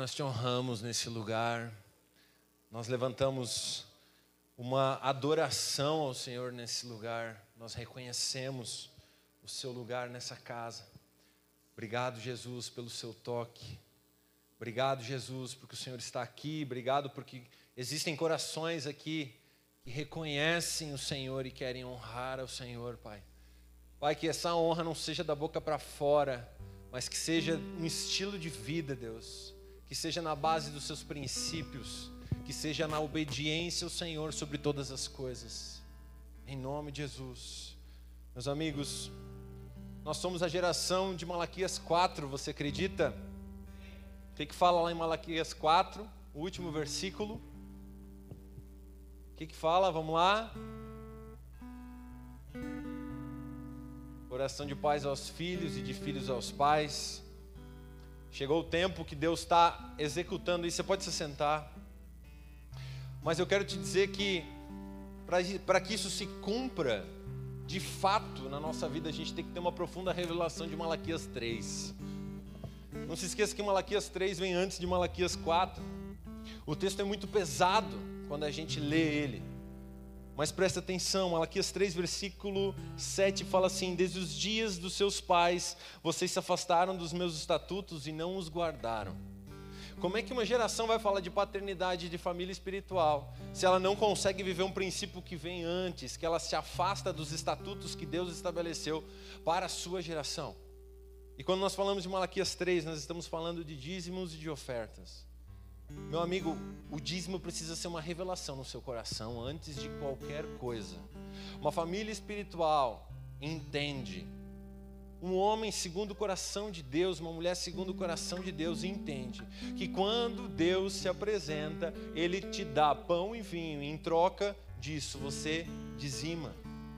nós te honramos nesse lugar, nós levantamos uma adoração ao Senhor nesse lugar, nós reconhecemos o seu lugar nessa casa. Obrigado, Jesus, pelo seu toque. Obrigado, Jesus, porque o Senhor está aqui. Obrigado porque existem corações aqui que reconhecem o Senhor e querem honrar ao Senhor, Pai. Pai, que essa honra não seja da boca para fora, mas que seja um estilo de vida, Deus. Que seja na base dos seus princípios, que seja na obediência ao Senhor sobre todas as coisas. Em nome de Jesus. Meus amigos, nós somos a geração de Malaquias 4, você acredita? O que fala lá em Malaquias 4, o último versículo? O que fala? Vamos lá. Oração de pais aos filhos e de filhos aos pais. Chegou o tempo que Deus está executando isso. Você pode se sentar. Mas eu quero te dizer que para que isso se cumpra de fato na nossa vida, a gente tem que ter uma profunda revelação de Malaquias 3. Não se esqueça que Malaquias 3 vem antes de Malaquias 4. O texto é muito pesado quando a gente lê ele. Mas presta atenção, Malaquias 3, versículo 7 fala assim: desde os dias dos seus pais, vocês se afastaram dos meus estatutos e não os guardaram. Como é que uma geração vai falar de paternidade e de família espiritual, se ela não consegue viver um princípio que vem antes, que ela se afasta dos estatutos que Deus estabeleceu para a sua geração? E quando nós falamos de Malaquias 3, nós estamos falando de dízimos e de ofertas. Meu amigo, o dízimo precisa ser uma revelação no seu coração antes de qualquer coisa. Uma família espiritual entende. Um homem segundo o coração de Deus, uma mulher segundo o coração de Deus entende que quando Deus se apresenta, Ele te dá pão e vinho, e em troca disso você dizima.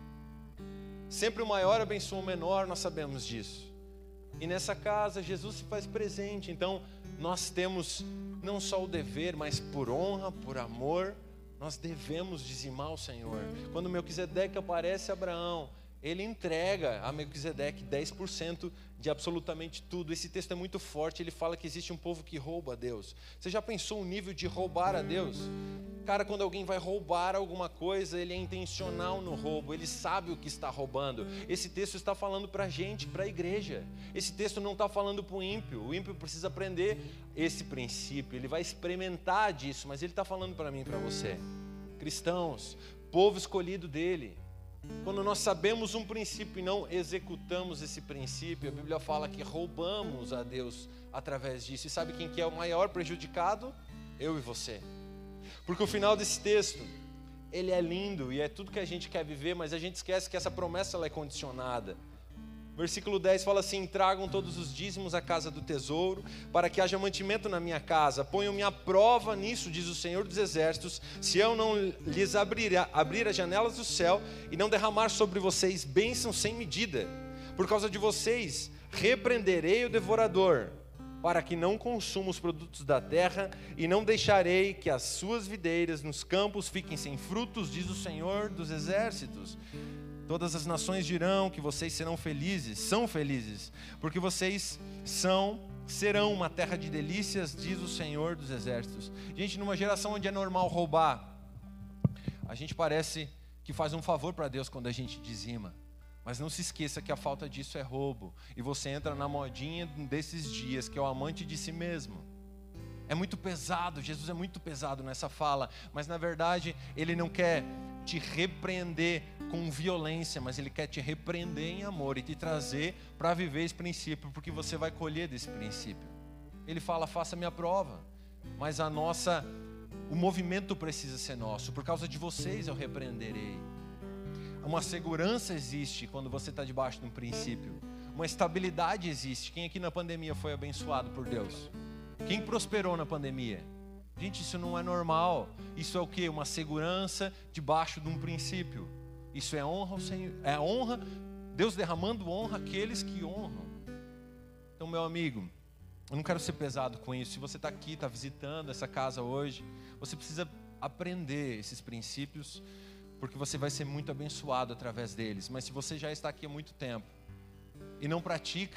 Sempre o maior abençoa o menor, nós sabemos disso. E nessa casa Jesus se faz presente, então nós temos não só o dever, mas por honra, por amor, nós devemos dizimar ao Senhor. Quando Melquisedeque aparece a Abraão, ele entrega a Melquisedeque 10% de absolutamente tudo. Esse texto é muito forte, ele fala que existe um povo que rouba a Deus. Você já pensou o nível de roubar a Deus? Cara, quando alguém vai roubar alguma coisa, ele é intencional no roubo, ele sabe o que está roubando. Esse texto está falando para a gente, para a igreja. Esse texto não está falando para o ímpio precisa aprender esse princípio, ele vai experimentar disso, mas ele está falando para mim e para você. Cristãos, povo escolhido dele. Quando nós sabemos um princípio e não executamos esse princípio, a Bíblia fala que roubamos a Deus através disso. E sabe quem que é o maior prejudicado? Eu e você. Porque o final desse texto, ele é lindo e é tudo que a gente quer viver, mas a gente esquece que essa promessa ela é condicionada. Versículo 10 fala assim: tragam todos os dízimos à casa do tesouro, para que haja mantimento na minha casa. Ponham-me à prova nisso, diz o Senhor dos Exércitos, se eu não lhes abrir as janelas do céu e não derramar sobre vocês bênçãos sem medida. Por causa de vocês, repreenderei o devorador, para que não consuma os produtos da terra, e não deixarei que as suas videiras nos campos fiquem sem frutos, diz o Senhor dos Exércitos. Todas as nações dirão que vocês serão felizes, são felizes, porque vocês serão uma terra de delícias, diz o Senhor dos Exércitos. Gente, numa geração onde é normal roubar, a gente parece que faz um favor para Deus quando a gente dizima. Mas não se esqueça que a falta disso é roubo, e você entra na modinha desses dias, que é o amante de si mesmo. É muito pesado, Jesus é muito pesado nessa fala, mas na verdade Ele não quer te repreender com violência, mas Ele quer te repreender em amor e te trazer para viver esse princípio, porque você vai colher desse princípio. Ele fala: faça-me a prova, mas o movimento precisa ser nosso. Por causa de vocês eu repreenderei. Uma segurança existe quando você está debaixo de um princípio. Uma estabilidade existe. Quem aqui na pandemia foi abençoado por Deus? Quem prosperou na pandemia? Gente, isso não é normal. Isso é o quê? Uma segurança debaixo de um princípio. Isso é honra ao Senhor. É honra, Deus derramando honra àqueles que honram. Então, meu amigo, eu não quero ser pesado com isso. Se você está aqui, está visitando essa casa hoje, você precisa aprender esses princípios, porque você vai ser muito abençoado através deles. Mas se você já está aqui há muito tempo e não pratica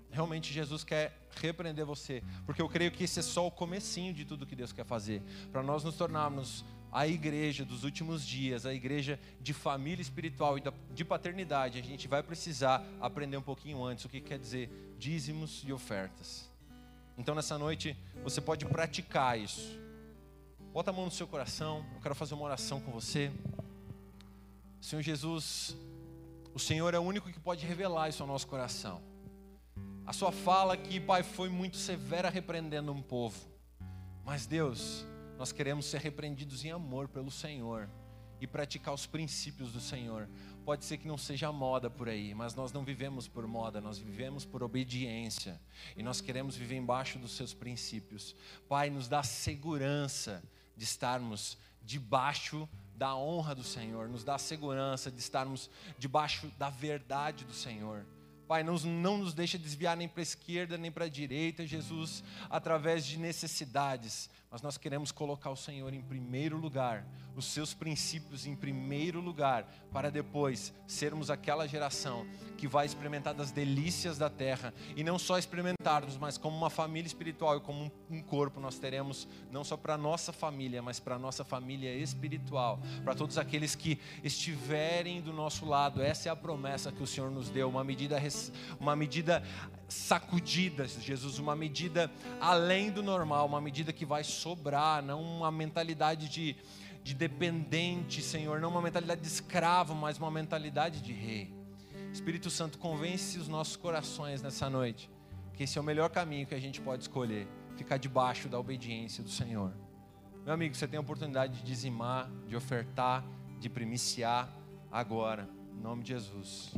realmente Jesus quer repreender você, porque eu creio que esse é só o comecinho de tudo que Deus quer fazer, para nós nos tornarmos a igreja dos últimos dias, a igreja de família espiritual e de paternidade. A gente vai precisar aprender um pouquinho antes o que quer dizer dízimos e ofertas. Então nessa noite você pode praticar isso. Bota a mão no seu coração, eu quero fazer uma oração com você. Senhor Jesus, o Senhor é o único que pode revelar isso ao nosso coração. A sua fala aqui, Pai, foi muito severa repreendendo um povo. Mas Deus, nós queremos ser repreendidos em amor pelo Senhor e praticar os princípios do Senhor. Pode ser que não seja moda por aí, mas nós não vivemos por moda, nós vivemos por obediência. E nós queremos viver embaixo dos seus princípios. Pai, nos dá segurança de estarmos debaixo da honra do Senhor. Nos dá segurança de estarmos debaixo da verdade do Senhor. Pai, não nos deixa desviar nem para a esquerda nem para a direita, Jesus, através de necessidades. Mas nós queremos colocar o Senhor em primeiro lugar, os seus princípios em primeiro lugar, para depois sermos aquela geração que vai experimentar das delícias da terra. E não só experimentarmos, mas como uma família espiritual e como um corpo, nós teremos não só para a nossa família, mas para a nossa família espiritual, para todos aqueles que estiverem do nosso lado. Essa é a promessa que o Senhor nos deu, uma medida sacudida, Jesus, uma medida além do normal, uma medida que vai sobrar, não uma mentalidade de dependente, Senhor, não uma mentalidade de escravo, mas uma mentalidade de rei. Espírito Santo, convence os nossos corações nessa noite que esse é o melhor caminho que a gente pode escolher, ficar debaixo da obediência do Senhor. Meu amigo, você tem a oportunidade de dizimar, de ofertar, de primiciar agora, em nome de Jesus.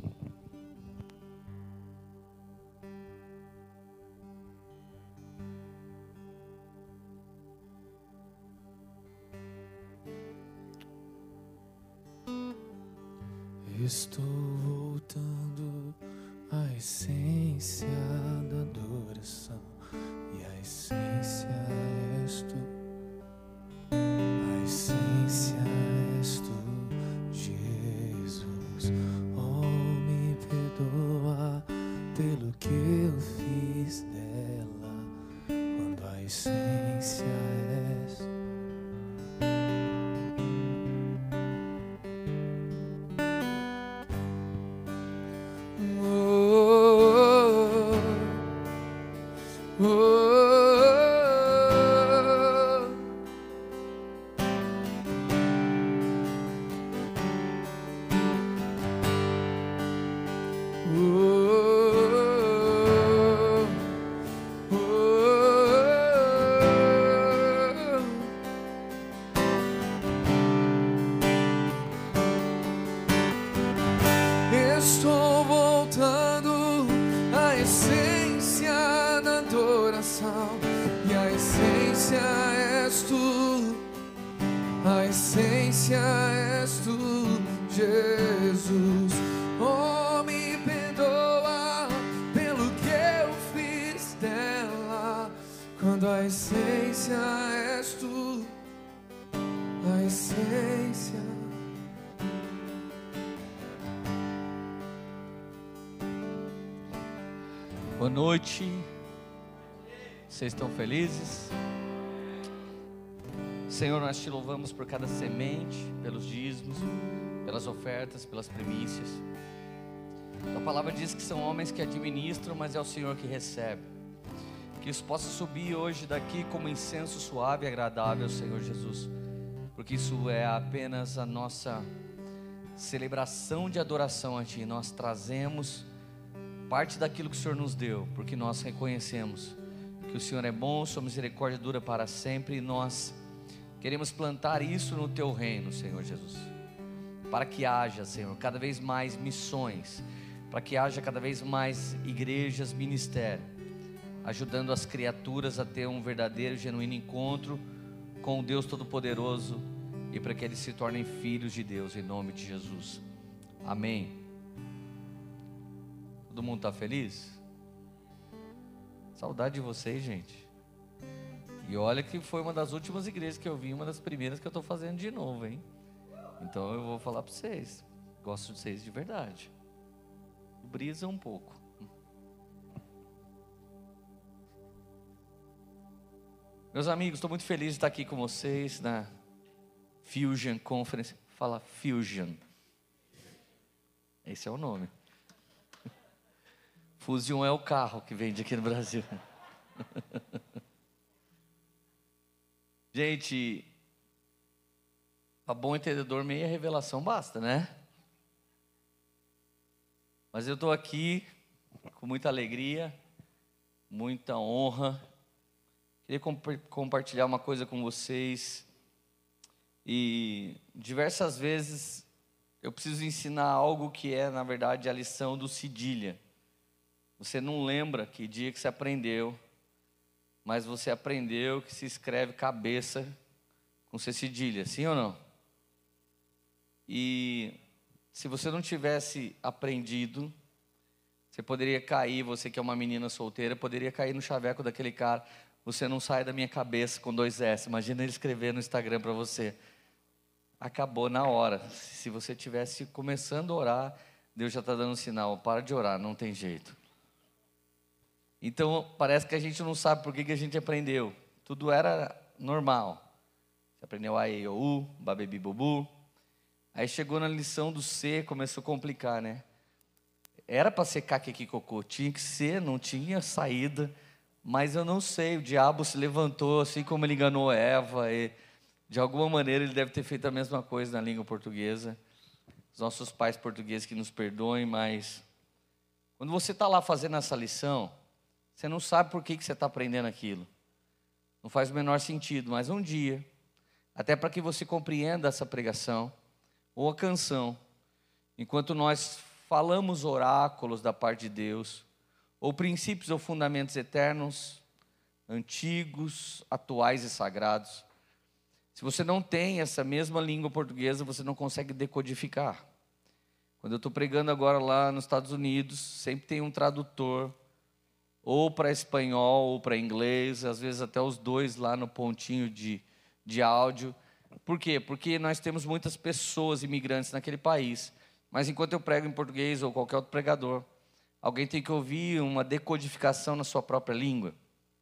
Estou voltando à essência da adoração, e a essência és tu, a essência és tu, Jesus. Oh, me perdoa pelo que eu fiz dela, quando a essência és estou voltando à essência da adoração, e a essência és tu, a essência és tu, Jesus. Oh, me perdoa pelo que eu fiz dela, quando a essência és tu, a essência. Boa noite, vocês estão felizes? Senhor, nós te louvamos por cada semente, pelos dízimos, pelas ofertas, pelas primícias. A palavra diz que são homens que administram, mas é o Senhor que recebe. Que isso possa subir hoje daqui como incenso suave e agradável ao Senhor Jesus, porque isso é apenas a nossa celebração de adoração a Ti. Nós trazemos parte daquilo que o Senhor nos deu, porque nós reconhecemos que o Senhor é bom, sua misericórdia dura para sempre, e nós queremos plantar isso no Teu reino, Senhor Jesus, para que haja, Senhor, cada vez mais missões, para que haja cada vez mais igrejas, ministério, ajudando as criaturas a ter um verdadeiro, genuíno encontro com o Deus Todo-Poderoso, e para que eles se tornem filhos de Deus, em nome de Jesus, amém. Todo mundo está feliz? Saudade de vocês, gente. E olha que foi uma das últimas igrejas que eu vim, uma das primeiras que eu estou fazendo de novo, hein? Então eu vou falar para vocês. Gosto de vocês de verdade. Brisa um pouco. Meus amigos, estou muito feliz de estar aqui com vocês na Fusion Conference. Fala Fusion. Esse é o nome. Fusion é o carro que vende aqui no Brasil. Gente, para bom entendedor, meia revelação basta, né? Mas eu estou aqui com muita alegria, muita honra. Queria compartilhar uma coisa com vocês. E diversas vezes eu preciso ensinar algo que é, na verdade, a lição do cedilha. Você não lembra que dia que você aprendeu, mas você aprendeu que se escreve cabeça com C cedilha, sim ou não? E se você não tivesse aprendido, você poderia cair, você que é uma menina solteira, poderia cair no chaveco daquele cara. Você não sai da minha cabeça com 2 S. Imagina ele escrever no Instagram para você. Acabou na hora. Se você estivesse começando a orar, Deus já está dando um sinal. Para de orar, não tem jeito. Então, parece que a gente não sabe por que a gente aprendeu. Tudo era normal. Você aprendeu A, E, I, O, U, Babebi, Bubu. Aí chegou na lição do C, começou a complicar, né? Era para ser Kaki, Cocô. Tinha que ser, não tinha saída. Mas eu não sei, o diabo se levantou, assim como ele enganou Eva. E de alguma maneira ele deve ter feito a mesma coisa na língua portuguesa. Os nossos pais portugueses que nos perdoem, mas quando você está lá fazendo essa lição, você não sabe por que você está aprendendo aquilo. Não faz o menor sentido, mas um dia, até para que você compreenda essa pregação, ou a canção, enquanto nós falamos oráculos da parte de Deus, ou princípios ou fundamentos eternos, antigos, atuais e sagrados, se você não tem essa mesma língua portuguesa, você não consegue decodificar. Quando eu estou pregando agora lá nos Estados Unidos, sempre tem um tradutor, ou para espanhol ou para inglês, às vezes até os dois lá no pontinho de áudio. Por quê? Porque nós temos muitas pessoas imigrantes naquele país, mas enquanto eu prego em português ou qualquer outro pregador, alguém tem que ouvir uma decodificação na sua própria língua.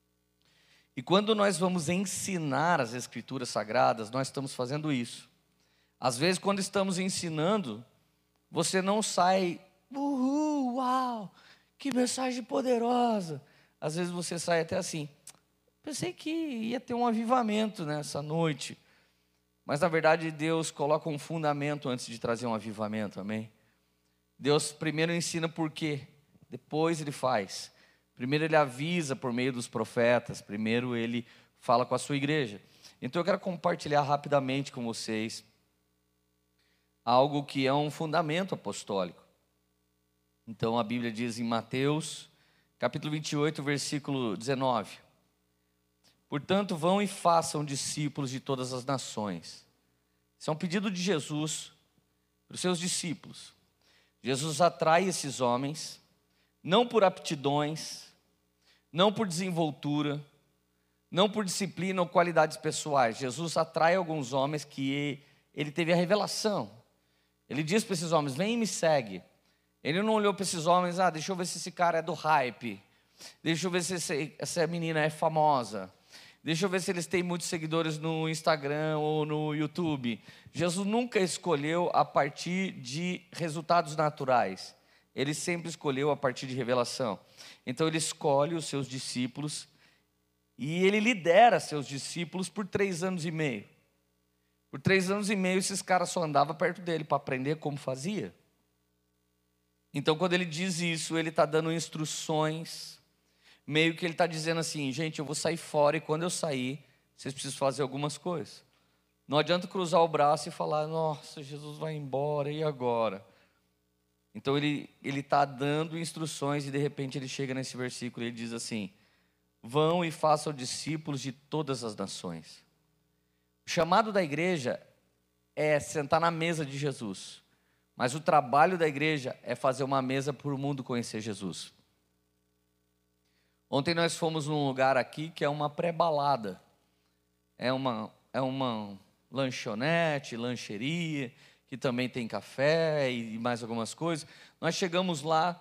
E quando nós vamos ensinar as Escrituras Sagradas, nós estamos fazendo isso. Às vezes, quando estamos ensinando, você não sai, uhul, uau, que mensagem poderosa. Às vezes você sai até assim, pensei que ia ter um avivamento nessa noite. Mas, na verdade, Deus coloca um fundamento antes de trazer um avivamento, amém? Deus primeiro ensina por quê, depois Ele faz. Primeiro Ele avisa por meio dos profetas, primeiro Ele fala com a sua igreja. Então eu quero compartilhar rapidamente com vocês algo que é um fundamento apostólico. Então a Bíblia diz em Mateus, capítulo 28, versículo 19. Portanto, vão e façam discípulos de todas as nações. Isso é um pedido de Jesus para os seus discípulos. Jesus atrai esses homens, não por aptidões, não por desenvoltura, não por disciplina ou qualidades pessoais. Jesus atrai alguns homens que ele teve a revelação. Ele diz para esses homens, vem e me segue. Ele não olhou para esses homens, deixa eu ver se esse cara é do hype. Deixa eu ver se essa menina é famosa. Deixa eu ver se eles têm muitos seguidores no Instagram ou no YouTube. Jesus nunca escolheu a partir de resultados naturais. Ele sempre escolheu a partir de revelação. Então ele escolhe os seus discípulos e ele lidera seus discípulos por 3 anos e meio. Por 3 anos e meio esses caras só andavam perto dele para aprender como fazia. Então quando ele diz isso, ele está dando instruções, meio que ele está dizendo assim, gente, eu vou sair fora e quando eu sair, vocês precisam fazer algumas coisas. Não adianta cruzar o braço e falar, nossa, Jesus vai embora, e agora? Então ele está dando instruções e de repente ele chega nesse versículo e ele diz assim, vão e façam discípulos de todas as nações. O chamado da igreja é sentar na mesa de Jesus, mas o trabalho da igreja é fazer uma mesa para o mundo conhecer Jesus. Ontem nós fomos num lugar aqui que é uma pré-balada, é uma lanchonete, lancheria, que também tem café e mais algumas coisas. Nós chegamos lá,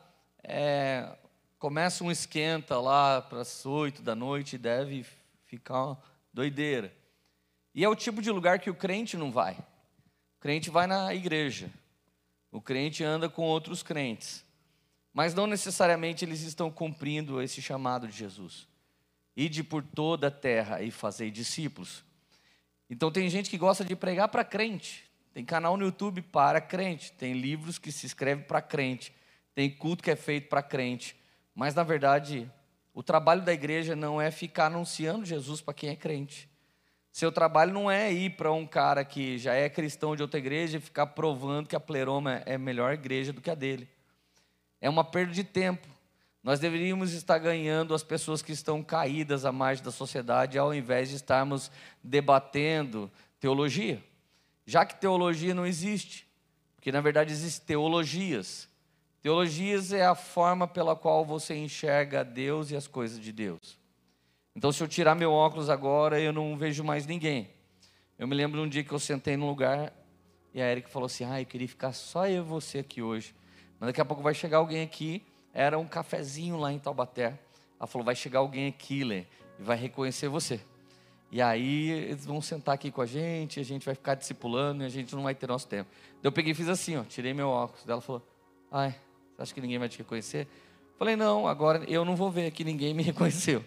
começa um esquenta lá para as 8 da noite, deve ficar doideira. E é o tipo de lugar que o crente não vai. O crente vai na igreja. O crente anda com outros crentes. Mas não necessariamente eles estão cumprindo esse chamado de Jesus. Ide por toda a terra e fazei discípulos. Então tem gente que gosta de pregar para crente. Tem canal no YouTube para crente. Tem livros que se escrevem para crente. Tem culto que é feito para crente. Mas na verdade, o trabalho da igreja não é ficar anunciando Jesus para quem é crente. Seu trabalho não é ir para um cara que já é cristão de outra igreja e ficar provando que a Pleroma é a melhor igreja do que a dele. É uma perda de tempo. Nós deveríamos estar ganhando as pessoas que estão caídas à margem da sociedade, ao invés de estarmos debatendo teologia. Já que teologia não existe, porque na verdade existem teologias. Teologias é a forma pela qual você enxerga Deus e as coisas de Deus. Então, se eu tirar meu óculos agora, eu não vejo mais ninguém. Eu me lembro de um dia que eu sentei num lugar e a Erika falou assim, eu queria ficar só eu e você aqui hoje. Mas daqui a pouco vai chegar alguém aqui, era um cafezinho lá em Taubaté. Ela falou, vai chegar alguém aqui, Lê, e vai reconhecer você. E aí, eles vão sentar aqui com a gente vai ficar discipulando e a gente não vai ter nosso tempo. Eu peguei e fiz assim, tirei meu óculos. Ela falou, você acha que ninguém vai te reconhecer? Falei, não, agora eu não vou ver que ninguém me reconheceu.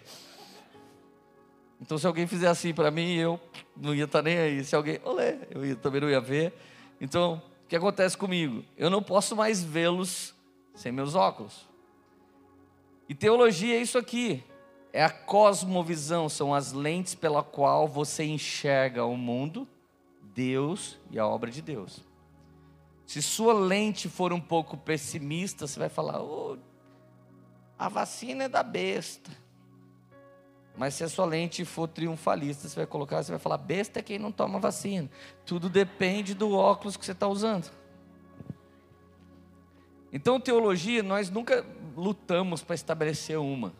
Então, se alguém fizer assim para mim, eu não ia estar nem aí. Se alguém, também não ia ver. Então, o que acontece comigo? Eu não posso mais vê-los sem meus óculos. E teologia é isso aqui. É a cosmovisão, são as lentes pela qual você enxerga o mundo, Deus e a obra de Deus. Se sua lente for um pouco pessimista, você vai falar, a vacina é da besta. Mas se a sua lente for triunfalista, você vai falar, besta é quem não toma vacina. Tudo depende do óculos que você está usando. Então, teologia, nós nunca lutamos para estabelecer uma.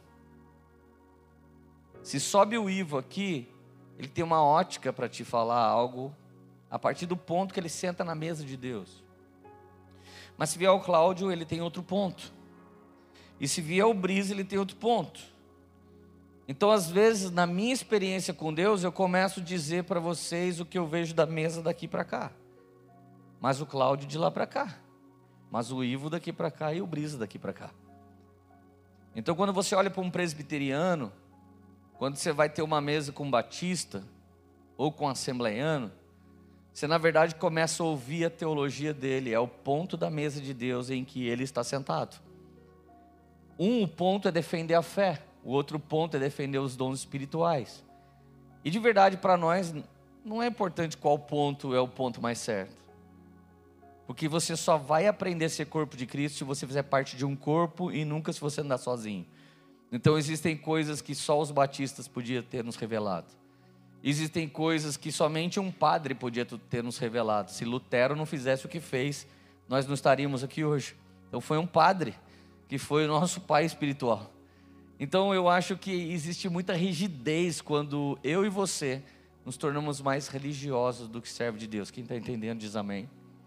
Se sobe o Ivo aqui, ele tem uma ótica para te falar algo a partir do ponto que ele senta na mesa de Deus. Mas se vier o Cláudio, ele tem outro ponto. E se vier o Brise, ele tem outro ponto. Então, às vezes, na minha experiência com Deus, eu começo a dizer para vocês o que eu vejo da mesa daqui para cá. Mas o Cláudio de lá para cá. Mas o Ivo daqui para cá e o Brisa daqui para cá. Então, quando você olha para um presbiteriano, quando você vai ter uma mesa com um batista ou com um assembleiano, você na verdade começa a ouvir a teologia dele. É o ponto da mesa de Deus em que ele está sentado. O ponto é defender a fé. O outro ponto é defender os dons espirituais. E de verdade, para nós, não é importante qual ponto é o ponto mais certo. Porque você só vai aprender a ser corpo de Cristo se você fizer parte de um corpo e nunca se você andar sozinho. Então existem coisas que só os batistas podiam ter nos revelado. Existem coisas que somente um padre podia ter nos revelado. Se Lutero não fizesse o que fez, nós não estaríamos aqui hoje. Então foi um padre que foi o nosso pai espiritual. Então eu acho que existe muita rigidez quando eu e você nos tornamos mais religiosos do que servo de Deus. Quem está entendendo diz amém.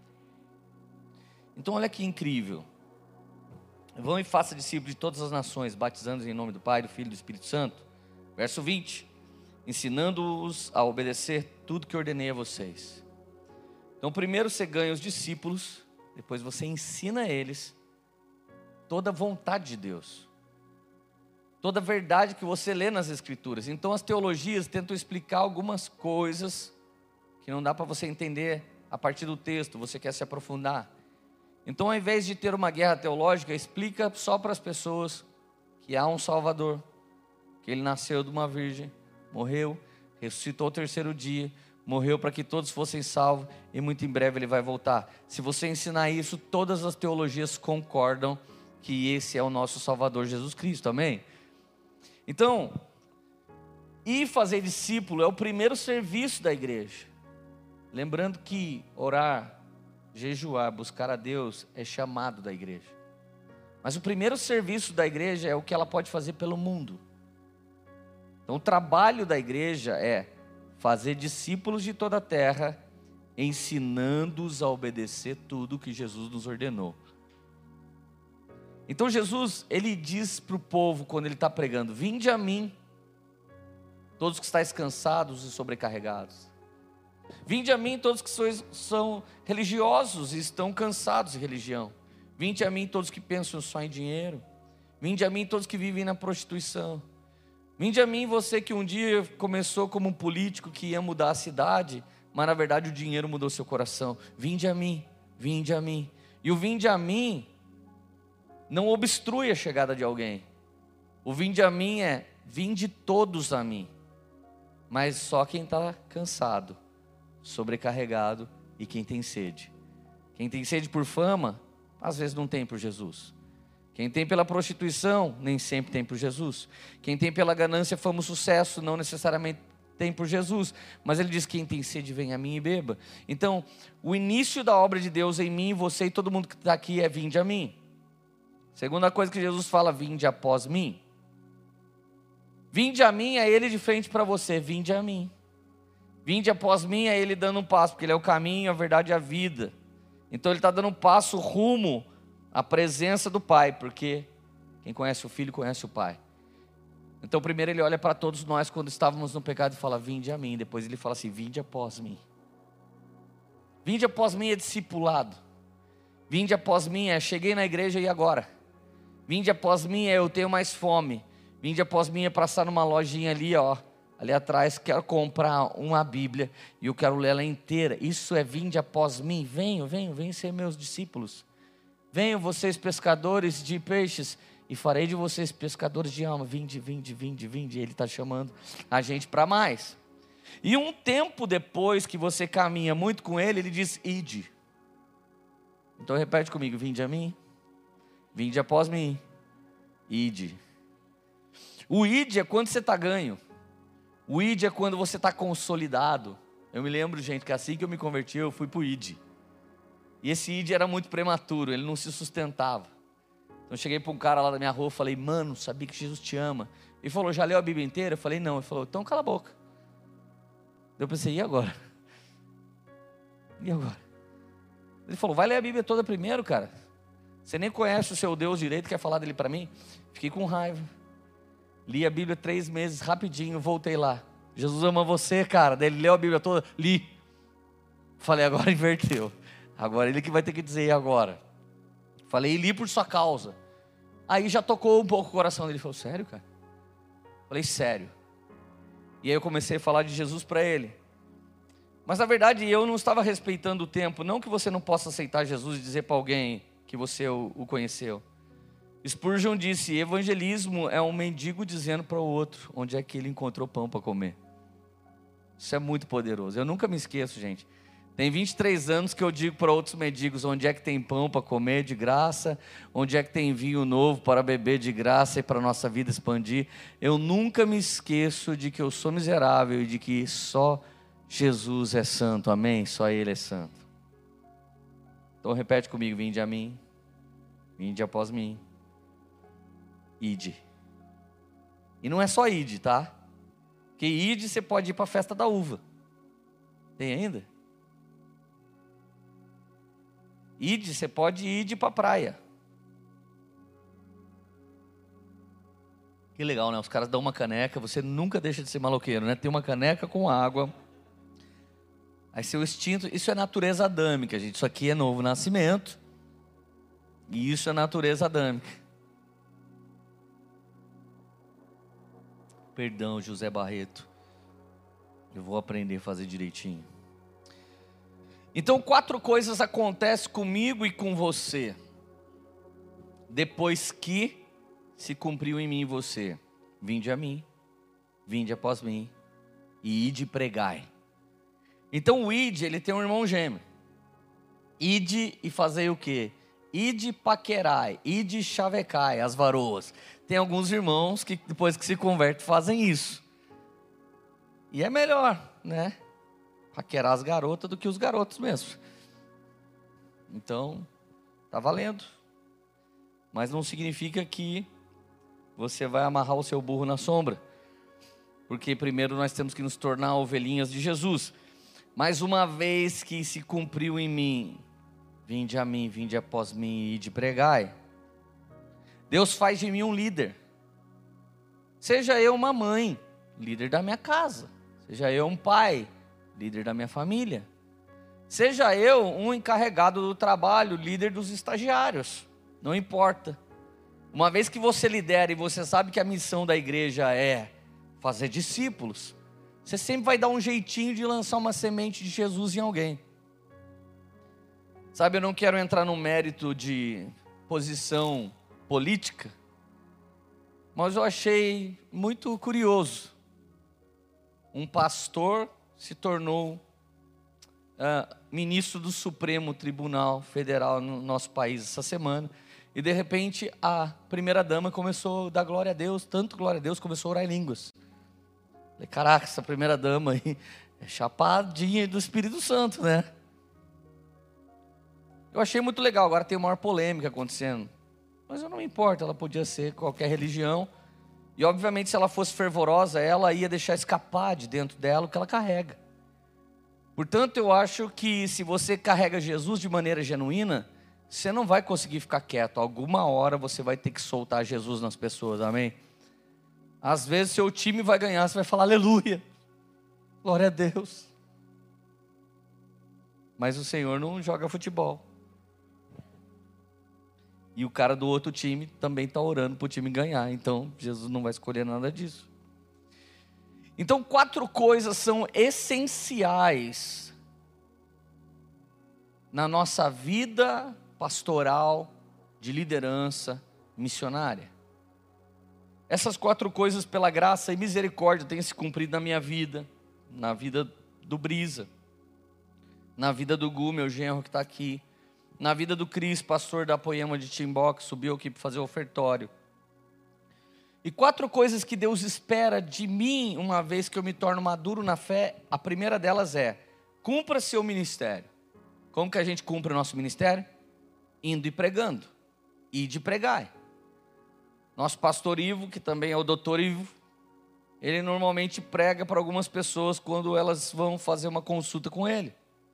Então olha que incrível. Vão e faça discípulos de todas as nações, batizando-os em nome do Pai, do Filho e do Espírito Santo. Verso 20. Ensinando-os a obedecer tudo que ordenei a vocês. Então primeiro você ganha os discípulos, depois você ensina a eles toda a vontade de Deus. Toda a verdade que você lê nas Escrituras. Então as teologias tentam explicar algumas coisas que não dá para você entender a partir do texto, você quer se aprofundar. Então ao invés de ter uma guerra teológica, explica só para as pessoas que há um Salvador, que Ele nasceu de uma virgem, morreu, ressuscitou ao terceiro dia, morreu para que todos fossem salvos e muito em breve Ele vai voltar. Se você ensinar isso, todas as teologias concordam que esse é o nosso Salvador Jesus Cristo, amém? Então, ir fazer discípulo é o primeiro serviço da igreja. Lembrando que orar, jejuar, buscar a Deus é chamado da igreja. Mas o primeiro serviço da igreja é o que ela pode fazer pelo mundo. Então o trabalho da igreja é fazer discípulos de toda a terra, ensinando-os a obedecer tudo que Jesus nos ordenou. Então Jesus, Ele diz para o povo quando Ele está pregando, vinde a mim, todos que estáis cansados e sobrecarregados. Vinde a mim todos que são religiosos e estão cansados de religião. Vinde a mim todos que pensam só em dinheiro. Vinde a mim todos que vivem na prostituição. Vinde a mim você que um dia começou como um político que ia mudar a cidade, mas na verdade o dinheiro mudou seu coração. Vinde a mim, vinde a mim. E o vinde a mim não obstrui a chegada de alguém. O vinde a mim é: vinde todos a mim. Mas só quem está cansado, sobrecarregado e quem tem sede. Quem tem sede por fama, às vezes não tem por Jesus. Quem tem pela prostituição, nem sempre tem por Jesus. Quem tem pela ganância, fama, sucesso, não necessariamente tem por Jesus. Mas ele diz: quem tem sede, vem a mim e beba. Então, o início da obra de Deus em mim, você e todo mundo que está aqui é: vinde a mim. Segunda coisa que Jesus fala: vinde após mim. Vinde a mim é Ele de frente para você: vinde a mim. Vinde após mim é Ele dando um passo, porque Ele é o caminho, a verdade e a vida. Então Ele está dando um passo rumo à presença do Pai, porque quem conhece o Filho conhece o Pai. Então primeiro Ele olha para todos nós quando estávamos no pecado e fala: vinde a mim. Depois Ele fala assim: vinde após mim. Vinde após mim é discipulado. Vinde após mim é: cheguei na igreja e agora? Vinde após mim é: eu tenho mais fome. Vinde após mim é: passar numa lojinha ali, ó, ali atrás, quero comprar uma Bíblia e eu quero ler ela inteira. Isso é vinde após mim. Venham ser meus discípulos. Venham vocês pescadores de peixes e farei de vocês pescadores de alma. Vinde. Ele está chamando a gente para mais. E um tempo depois que você caminha muito com Ele, Ele diz: ide. Então repete comigo: vinde a mim, vinde após mim, ide. O ide é quando você está ganho. O ide é quando você está consolidado. Eu me lembro, gente, que assim que eu me converti, eu fui para o ide. E esse ide era muito prematuro, ele não se sustentava. Então eu cheguei para um cara lá da minha rua e falei: mano, sabia que Jesus te ama? Ele falou: já leu a Bíblia inteira? Eu falei: não. Ele falou: então cala a boca. Eu pensei: e agora? E agora? Ele falou: vai ler a Bíblia toda primeiro, cara. Você nem conhece o seu Deus direito, quer falar dele para mim? Fiquei com raiva. Li a Bíblia 3 meses, rapidinho, voltei lá. Jesus ama você, cara. Daí ele leu a Bíblia toda, li. Falei: agora inverteu. Agora ele que vai ter que dizer: e agora? Falei: li por sua causa. Aí já tocou um pouco o coração dele. Ele falou: sério, cara? Falei: sério. E aí eu comecei a falar de Jesus para ele. Mas na verdade eu não estava respeitando o tempo. Não que você não possa aceitar Jesus e dizer para alguém que você o conheceu. Spurgeon disse: evangelismo é um mendigo dizendo para o outro onde é que ele encontrou pão para comer. Isso é muito poderoso. Eu nunca me esqueço, gente. Tem 23 anos que eu digo para outros mendigos onde é que tem pão para comer de graça, onde é que tem vinho novo para beber de graça e para a nossa vida expandir. Eu nunca me esqueço de que eu sou miserável e de que só Jesus é santo, amém? Só Ele é santo. Então repete comigo: vinde a mim, vinde após mim, ide. E não é só ide, tá? Porque ide você pode ir para a festa da uva. Tem ainda? Ide, você pode ir para a praia. Que legal, né? Os caras dão uma caneca, você nunca deixa de ser maloqueiro, né? Tem uma caneca com água. Aí seu instinto, isso é natureza adâmica, gente. Isso aqui é novo nascimento. E isso é natureza adâmica. Perdão, José Barreto. Eu vou aprender a fazer direitinho. Então 4 coisas acontecem comigo e com você depois que se cumpriu em mim e você: vinde a mim, vinde após mim e ide pregai. Então o ide, ele tem um irmão gêmeo. Ide e fazer o quê? Ide paquerai, ide chavecai, as varoas. Tem alguns irmãos que depois que se convertem fazem isso. E é melhor, né? Paquerar as garotas do que os garotos mesmo. Então, tá valendo. Mas não significa que você vai amarrar o seu burro na sombra. Porque primeiro nós temos que nos tornar ovelhinhas de Jesus. Mas uma vez que se cumpriu em mim, vinde a mim, vinde após mim e ide pregai. Deus faz de mim um líder. Seja eu uma mãe. líder da minha casa. Seja eu um pai, líder da minha família. Seja eu um encarregado do trabalho, líder dos estagiários. Não importa. Uma vez que você lidera e você sabe que a missão da igreja é fazer discípulos, você sempre vai dar um jeitinho de lançar uma semente de Jesus em alguém. Sabe, eu não quero entrar no mérito de posição política, mas eu achei muito curioso. Um pastor se tornou ministro do Supremo Tribunal Federal no nosso país essa semana. E de repente a primeira-dama começou a dar glória a Deus, tanto glória a Deus, começou a orar em línguas. Falei, caraca, essa primeira-dama aí é chapadinha do Espírito Santo, né? Eu achei muito legal, agora tem uma maior polêmica acontecendo. Mas eu não me importo, ela podia ser qualquer religião. E obviamente se ela fosse fervorosa, ela ia deixar escapar de dentro dela o que ela carrega. Portanto, eu acho que se você carrega Jesus de maneira genuína, você não vai conseguir ficar quieto. Alguma hora você vai ter que soltar Jesus nas pessoas, amém? Às vezes seu time vai ganhar, você vai falar aleluia, glória a Deus. Mas o Senhor não joga futebol. E o cara do outro time também está orando para o time ganhar. Então Jesus não vai escolher nada disso. Então 4 coisas são essenciais na nossa vida pastoral, de liderança, missionária. Essas 4 coisas, pela graça e misericórdia, têm se cumprido na minha vida, na vida do Brisa, na vida do Gu, meu genro que está aqui, na vida do Cris, pastor da Poema de Timbó, que subiu aqui para fazer o ofertório. E 4 coisas que Deus espera de mim, uma vez que eu me torno maduro na fé. A primeira delas é, cumpra seu ministério. Como que a gente cumpre o nosso ministério? Indo e pregando. Ide e pregai. Nosso pastor Ivo, que também é o doutor Ivo, ele normalmente prega para algumas pessoas quando elas vão fazer uma consulta com ele.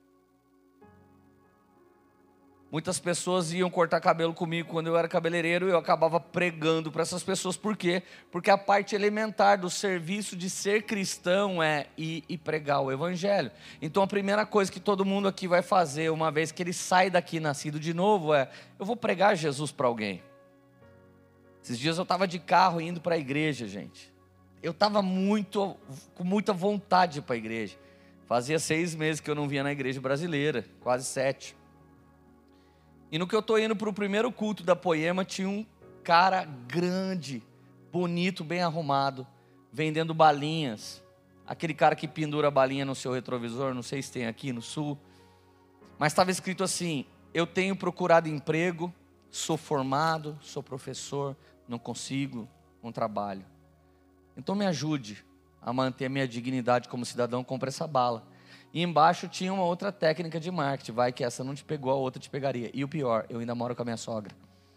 Muitas pessoas iam cortar cabelo comigo quando eu era cabeleireiro e eu acabava pregando para essas pessoas. Por quê? Porque a parte elementar do serviço de ser cristão é ir e pregar o evangelho. Então a primeira coisa que todo mundo aqui vai fazer, uma vez que ele sai daqui nascido de novo, é: eu vou pregar Jesus para alguém. Esses dias eu estava de carro indo para a igreja, gente. Eu estava com muita vontade de ir para a igreja. Fazia 6 meses que eu não vinha na igreja brasileira, quase 7. E no que eu estou indo para o primeiro culto da Poema, tinha um cara grande, bonito, bem arrumado, vendendo balinhas. Aquele cara que pendura a balinha no seu retrovisor, não sei se tem aqui no sul. Mas estava escrito assim: eu tenho procurado emprego, sou formado, sou professor, não consigo um trabalho. Então me ajude a manter a minha dignidade como cidadão, compre essa bala. E embaixo tinha uma outra técnica de marketing. Vai que essa não te pegou, a outra te pegaria. E o pior, eu ainda moro com a minha sogra.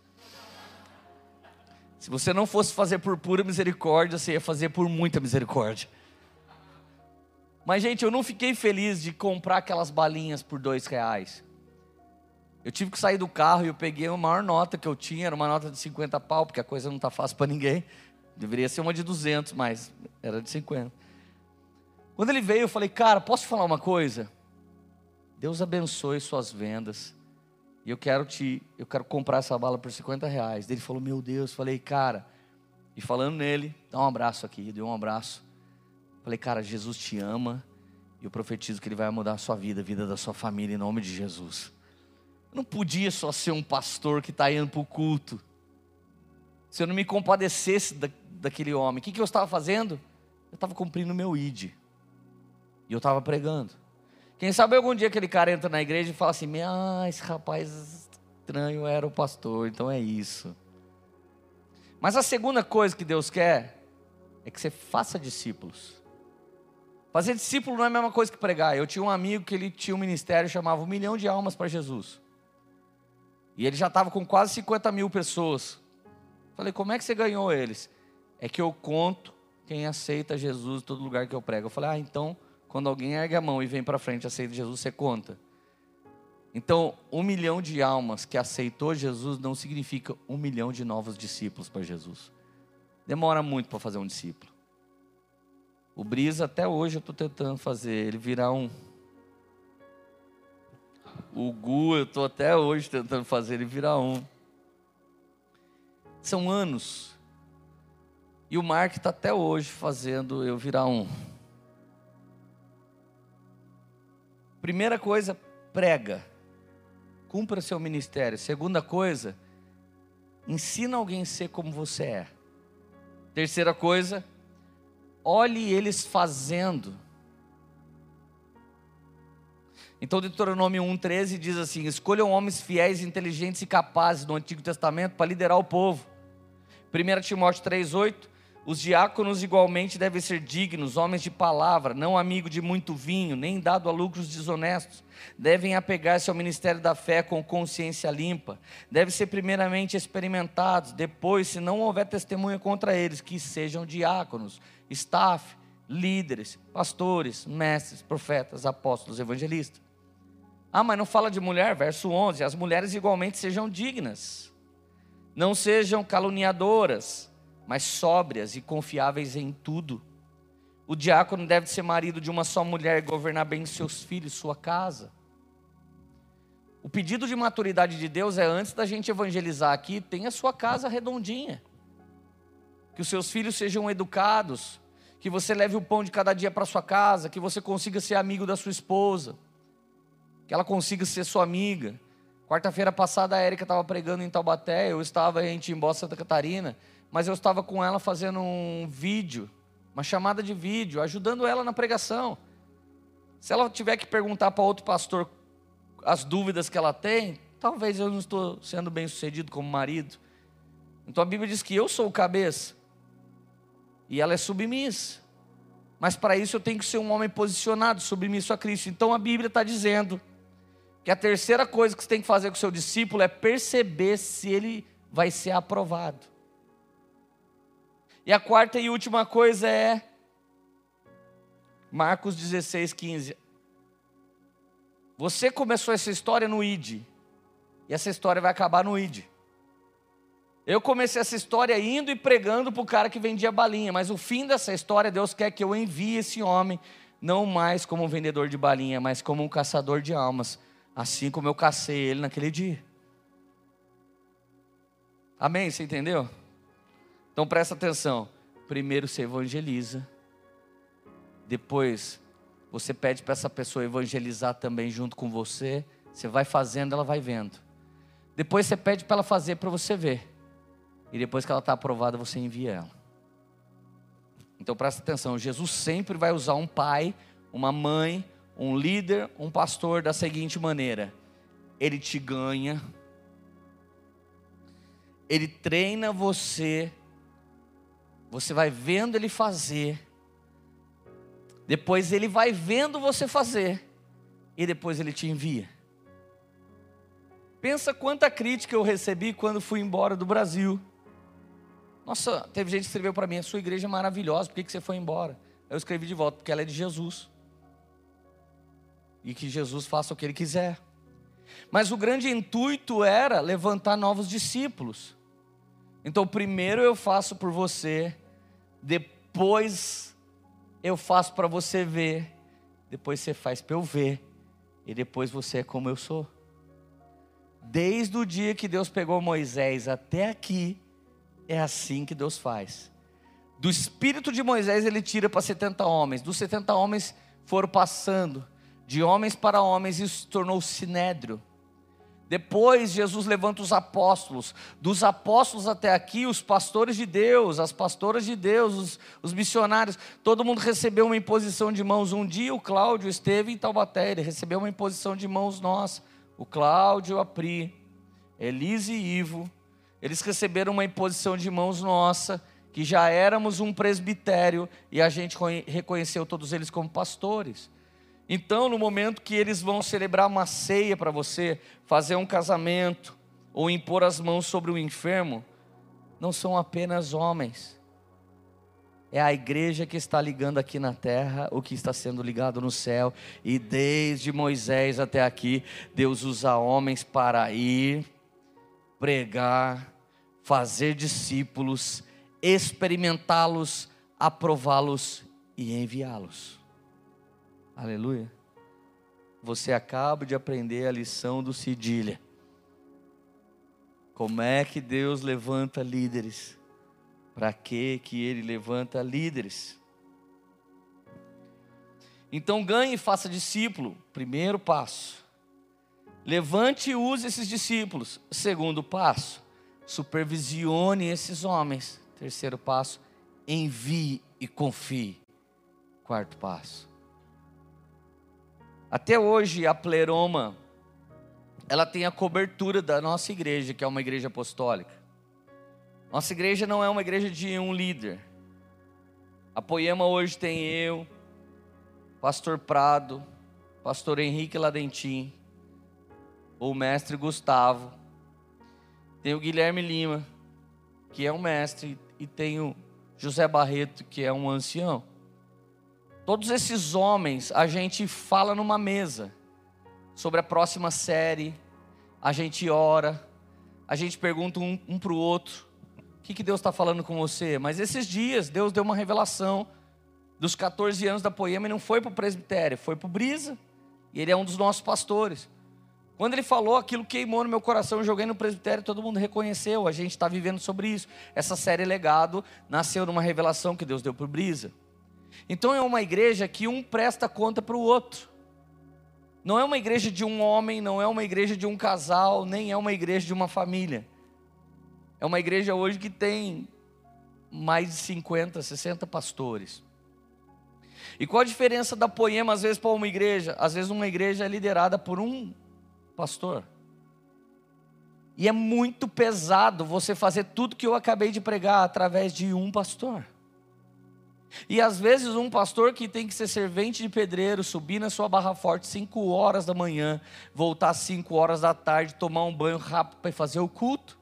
Se você não fosse fazer por pura misericórdia, você ia fazer por muita misericórdia. Mas gente, eu não fiquei feliz de comprar aquelas balinhas por R$2. Eu tive que sair do carro e eu peguei a maior nota que eu tinha. Era uma nota de 50 pau, porque a coisa não está fácil para ninguém. Deveria ser uma de 200, mas era de 50. Quando ele veio, eu falei: cara, posso falar uma coisa? Deus abençoe suas vendas. E eu quero comprar essa bala por R$50. Ele falou: meu Deus. Falei: cara, e falando nele, dá um abraço aqui. Deu um abraço. Falei: cara, Jesus te ama. E eu profetizo que Ele vai mudar a sua vida, a vida da sua família, em nome de Jesus. Eu não podia só ser um pastor que está indo para o culto. Se eu não me compadecesse daquele homem, o que eu estava fazendo? Eu estava cumprindo o meu ID. E eu estava pregando. Quem sabe algum dia aquele cara entra na igreja e fala assim: esse rapaz estranho era o pastor, então é isso. Mas a segunda coisa que Deus quer é que você faça discípulos. Fazer discípulo não é a mesma coisa que pregar. Eu tinha um amigo que ele tinha um ministério, chamava 1 milhão de almas para Jesus. E ele já estava com quase 50 mil pessoas. Falei: como é que você ganhou eles? É que eu conto quem aceita Jesus em todo lugar que eu prego. Eu falei: então, quando alguém ergue a mão e vem para frente e aceita Jesus, você conta. Então, 1 milhão de almas que aceitou Jesus não significa 1 milhão de novos discípulos para Jesus. Demora muito para fazer um discípulo. O Brisa, até hoje eu estou tentando fazer ele virar um. O Gu, eu estou até hoje tentando fazer ele virar um. São anos. E o Mark está até hoje fazendo eu virar um. Primeira coisa, prega. Cumpra seu ministério. Segunda coisa, ensina alguém a ser como você é. Terceira coisa, olhe eles fazendo. Então Deuteronômio 1,13 diz assim: escolham homens fiéis, inteligentes e capazes no Antigo Testamento para liderar o povo. 1 Timóteo 3,8: os diáconos igualmente devem ser dignos, homens de palavra, não amigos de muito vinho, nem dado a lucros desonestos. Devem apegar-se ao ministério da fé com consciência limpa. Devem ser primeiramente experimentados, depois, se não houver testemunha contra eles, que sejam diáconos, staff, líderes, pastores, mestres, profetas, apóstolos, evangelistas. Ah, mas não fala de mulher? Verso 11: as mulheres igualmente sejam dignas, não sejam caluniadoras, mas sóbrias e confiáveis em tudo. O diácono deve ser marido de uma só mulher e governar bem seus filhos, sua casa. O pedido de maturidade de Deus é, antes da gente evangelizar aqui, tenha sua casa redondinha, que os seus filhos sejam educados, que você leve o pão de cada dia para sua casa, que você consiga ser amigo da sua esposa, que ela consiga ser sua amiga. Quarta-feira passada a Érica estava pregando em Taubaté, eu estava em Timbó, Santa Catarina, mas eu estava com ela fazendo um vídeo, uma chamada de vídeo, ajudando ela na pregação. Se ela tiver que perguntar para outro pastor as dúvidas que ela tem, talvez eu não estou sendo bem sucedido como marido. Então a Bíblia diz que eu sou o cabeça e ela é submissa, mas para isso eu tenho que ser um homem posicionado, submisso a Cristo. Então a Bíblia está dizendo que a terceira coisa que você tem que fazer com o seu discípulo é perceber se ele vai ser aprovado. E a quarta e última coisa é Marcos 16:15. Você começou essa história no ID, e essa história vai acabar no ID. Eu comecei essa história indo e pregando para o cara que vendia balinha, mas o fim dessa história, Deus quer que eu envie esse homem, não mais como um vendedor de balinha, mas como um caçador de almas, assim como eu cacei ele naquele dia. Amém? Você entendeu? Então presta atenção. Primeiro você evangeliza, depois você pede para essa pessoa evangelizar também junto com você. Você vai fazendo, ela vai vendo. Depois você pede para ela fazer para você ver. E depois que ela está aprovada, você envia ela. Então presta atenção, Jesus sempre vai usar um pai, uma mãe, um líder, um pastor da seguinte maneira: ele te ganha, ele treina você, você vai vendo ele fazer, depois ele vai vendo você fazer, e depois ele te envia. Pensa quanta crítica eu recebi quando fui embora do Brasil. Nossa, teve gente que escreveu para mim: a sua igreja é maravilhosa, por que você foi embora? Eu escrevi de volta: porque ela é de Jesus, e que Jesus faça o que Ele quiser. Mas o grande intuito era levantar novos discípulos. Então primeiro eu faço por você, depois eu faço para você ver, depois você faz para eu ver, e depois você é como eu sou. Desde o dia que Deus pegou Moisés até aqui, é assim que Deus faz. Do espírito de Moisés ele tira para 70 homens. Dos 70 homens foram passando de homens para homens, isso se tornou o sinédrio. Depois Jesus levanta os apóstolos. Dos apóstolos até aqui, os pastores de Deus, as pastoras de Deus, os missionários, todo mundo recebeu uma imposição de mãos. Um dia o Cláudio esteve em Taubaté, ele recebeu uma imposição de mãos nossa. O Cláudio, a Pri, Elise e Ivo, eles receberam uma imposição de mãos nossa, que já éramos um presbitério, e a gente reconheceu todos eles como pastores. Então, no momento que eles vão celebrar uma ceia para você, fazer um casamento, ou impor as mãos sobre o enfermo, não são apenas homens. É a igreja que está ligando aqui na terra o que está sendo ligado no céu. E desde Moisés até aqui, Deus usa homens para ir, pregar, fazer discípulos, experimentá-los, aprová-los e enviá-los. Aleluia. Você acaba de aprender a lição do cedilha. Como é que Deus levanta líderes? Para que Ele levanta líderes? Então ganhe e faça discípulo. Primeiro passo. Levante e use esses discípulos. Segundo passo. Supervisione esses homens. Terceiro passo. Envie e confie. Quarto passo. Até hoje a Pleroma, ela tem a cobertura da nossa igreja, que é uma igreja apostólica. Nossa igreja não é uma igreja de um líder. A Poema hoje tem eu, pastor Prado, pastor Henrique Ladentim, o mestre Gustavo, tem o Guilherme Lima, que é um mestre, e tem o José Barreto, que é um ancião. Todos esses homens, a gente fala numa mesa sobre a próxima série, a gente ora, a gente pergunta um para o outro, o que Deus está falando com você? Mas esses dias, Deus deu uma revelação dos 14 anos da Poema e não foi para o presbitério, foi para o Brisa, e ele é um dos nossos pastores. Quando ele falou, aquilo queimou no meu coração, eu joguei no presbitério, todo mundo reconheceu, a gente está vivendo sobre isso. Essa série Legado nasceu numa revelação que Deus deu para o Brisa. Então é uma igreja que um presta conta para o outro. Não é uma igreja de um homem, não é uma igreja de um casal, nem é uma igreja de uma família. É uma igreja hoje que tem mais de 50, 60 pastores. E qual a diferença da Poema às vezes para uma igreja? Às vezes uma igreja é liderada por um pastor. E é muito pesado você fazer tudo que eu acabei de pregar através de um pastor. E às vezes um pastor que tem que ser servente de pedreiro, subir na sua barra forte 5 horas da manhã, voltar às 5 horas da tarde, tomar um banho rápido para fazer o culto.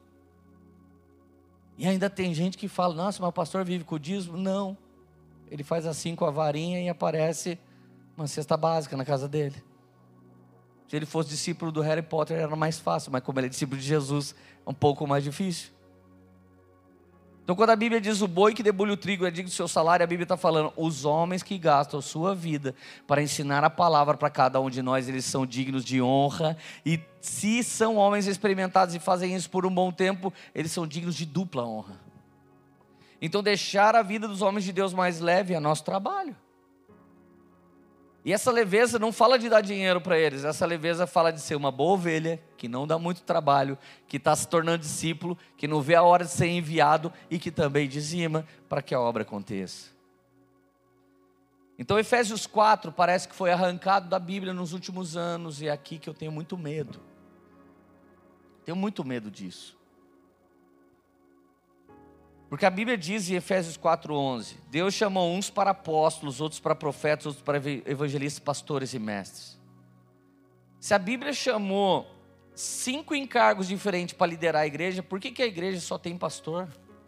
E ainda tem gente que fala, nossa, mas o pastor vive com o dízimo? Não, ele faz assim com a varinha e aparece uma cesta básica na casa dele. Se ele fosse discípulo do Harry Potter era mais fácil, mas como ele é discípulo de Jesus é um pouco mais difícil. Então quando a Bíblia diz o boi que debulha o trigo é digno do seu salário, a Bíblia está falando, os homens que gastam a sua vida para ensinar a palavra para cada um de nós, eles são dignos de honra, e se são homens experimentados e fazem isso por um bom tempo, eles são dignos de dupla honra. Então deixar a vida dos homens de Deus mais leve é nosso trabalho. E essa leveza não fala de dar dinheiro para eles, essa leveza fala de ser uma boa ovelha, que não dá muito trabalho, que está se tornando discípulo, que não vê a hora de ser enviado e que também dizima para que a obra aconteça. Então Efésios 4 parece que foi arrancado da Bíblia nos últimos anos, e é aqui que eu tenho muito medo. Tenho muito medo disso. Porque a Bíblia diz em Efésios 4:11, Deus chamou uns para apóstolos, outros para profetas, outros para evangelistas, pastores e mestres. Se a Bíblia chamou 5 encargos diferentes para liderar a igreja, por que a igreja só tem pastor?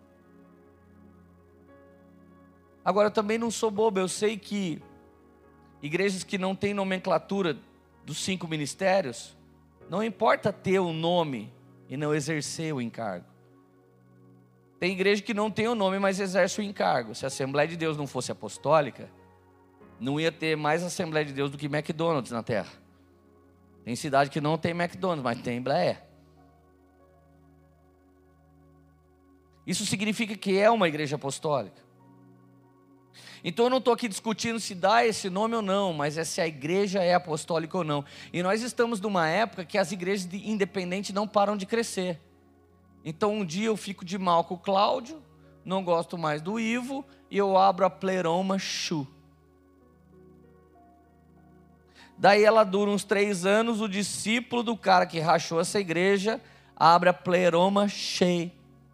Agora eu também não sou bobo, eu sei que igrejas que não têm nomenclatura dos 5 ministérios, não importa ter o nome e não exercer o encargo. Tem igreja que não tem o nome, mas exerce o encargo. Se a Assembleia de Deus não fosse apostólica, não ia ter mais Assembleia de Deus do que McDonald's na terra. Tem cidade que não tem McDonald's, mas tem Blaé. Isso significa que é uma igreja apostólica. Então eu não estou aqui discutindo se dá esse nome ou não, mas é se a igreja é apostólica ou não. E nós estamos numa época que as igrejas independentes não param de crescer. Então um dia eu fico de mal com o Cláudio, não gosto mais do Ivo, e eu abro a Pleroma Chu. Daí ela dura uns 3 anos, o discípulo do cara que rachou essa igreja abre a Pleroma Shei.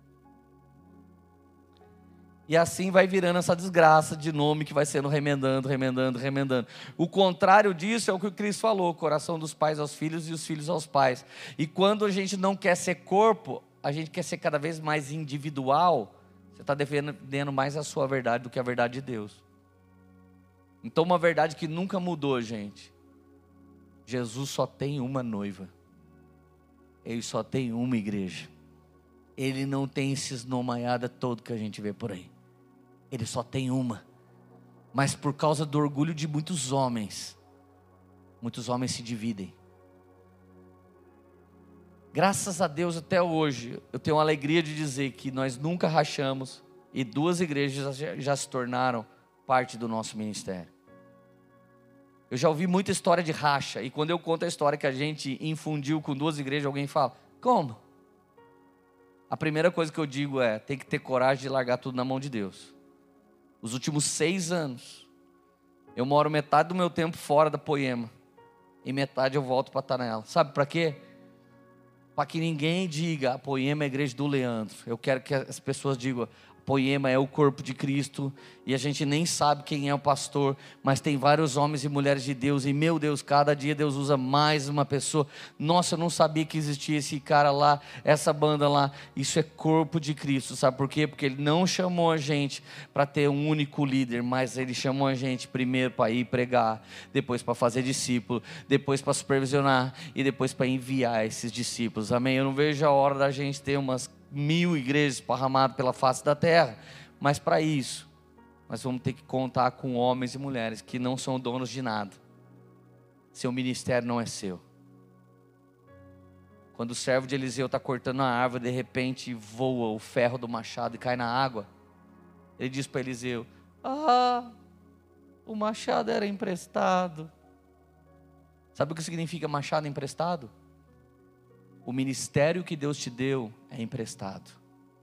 E assim vai virando essa desgraça de nome que vai sendo remendando. O contrário disso é o que o Cristo falou, coração dos pais aos filhos e os filhos aos pais. E quando a gente não quer ser corpo, a gente quer ser cada vez mais individual, você está defendendo mais a sua verdade do que a verdade de Deus. Então uma verdade que nunca mudou, gente. Jesus só tem uma noiva. Ele só tem uma igreja. Ele não tem esses nomaiada todo que a gente vê por aí. Ele só tem uma. Mas por causa do orgulho de muitos homens se dividem. Graças a Deus até hoje, eu tenho a alegria de dizer que nós nunca rachamos e 2 igrejas já se tornaram parte do nosso ministério. Eu já ouvi muita história de racha, e quando eu conto a história que a gente infundiu com 2 igrejas, alguém fala, como? A primeira coisa que eu digo é, tem que ter coragem de largar tudo na mão de Deus. Os últimos 6 anos, eu moro metade do meu tempo fora da Poema, e metade eu volto para estar nela. Sabe para quê? Para que ninguém diga, a Poema é a igreja do Leandro. Eu quero que as pessoas digam, Poema é o corpo de Cristo, e a gente nem sabe quem é o pastor, mas tem vários homens e mulheres de Deus, e meu Deus, cada dia Deus usa mais uma pessoa. Nossa, eu não sabia que existia esse cara lá, essa banda lá. Isso é corpo de Cristo, sabe por quê? Porque Ele não chamou a gente para ter um único líder, mas Ele chamou a gente primeiro para ir pregar, depois para fazer discípulo, depois para supervisionar, e depois para enviar esses discípulos, amém? Eu não vejo a hora da gente ter umas 1000 igrejas esparramadas pela face da terra, mas para isso, nós vamos ter que contar com homens e mulheres que não são donos de nada. Seu ministério não é seu. Quando o servo de Eliseu está cortando a árvore, de repente voa o ferro do machado e cai na água, ele diz para Eliseu, o machado era emprestado. Sabe o que significa machado emprestado? O ministério que Deus te deu é emprestado.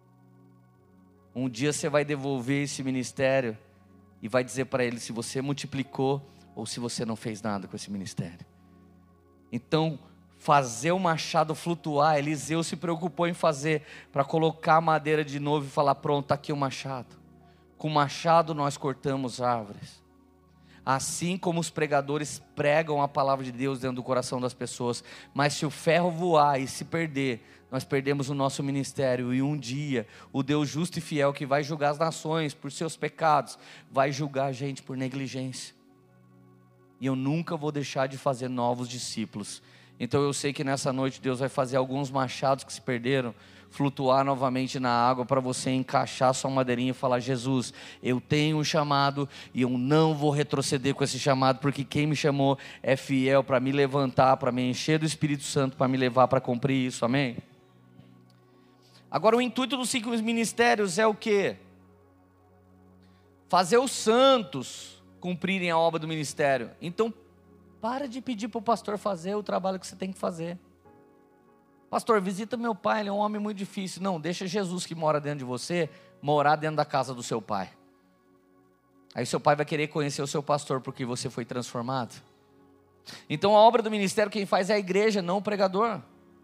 Um dia você vai devolver esse ministério e vai dizer para ele se você multiplicou ou se você não fez nada com esse ministério. Então, fazer o machado flutuar, Eliseu se preocupou em fazer, para colocar a madeira de novo e falar, pronto, está aqui o machado. Com o machado nós cortamos árvores. Assim como os pregadores pregam a palavra de Deus dentro do coração das pessoas, mas se o ferro voar e se perder, nós perdemos o nosso ministério, e um dia o Deus justo e fiel que vai julgar as nações por seus pecados, vai julgar a gente por negligência. E eu nunca vou deixar de fazer novos discípulos. Então eu sei que nessa noite Deus vai fazer alguns machados que se perderam flutuar novamente na água, para você encaixar sua madeirinha e falar, Jesus, eu tenho um chamado e eu não vou retroceder com esse chamado, porque quem me chamou é fiel para me levantar, para me encher do Espírito Santo, para me levar para cumprir isso, amém? Agora o intuito dos 5 ministérios é o quê? Fazer os santos cumprirem a obra do ministério. Então para de pedir para o pastor fazer o trabalho que você tem que fazer. Pastor, visita meu pai, ele é um homem muito difícil. Não, deixa Jesus que mora dentro de você, morar dentro da casa do seu pai. Aí seu pai vai querer conhecer o seu pastor, porque você foi transformado. Então a obra do ministério quem faz é a igreja, não o pregador.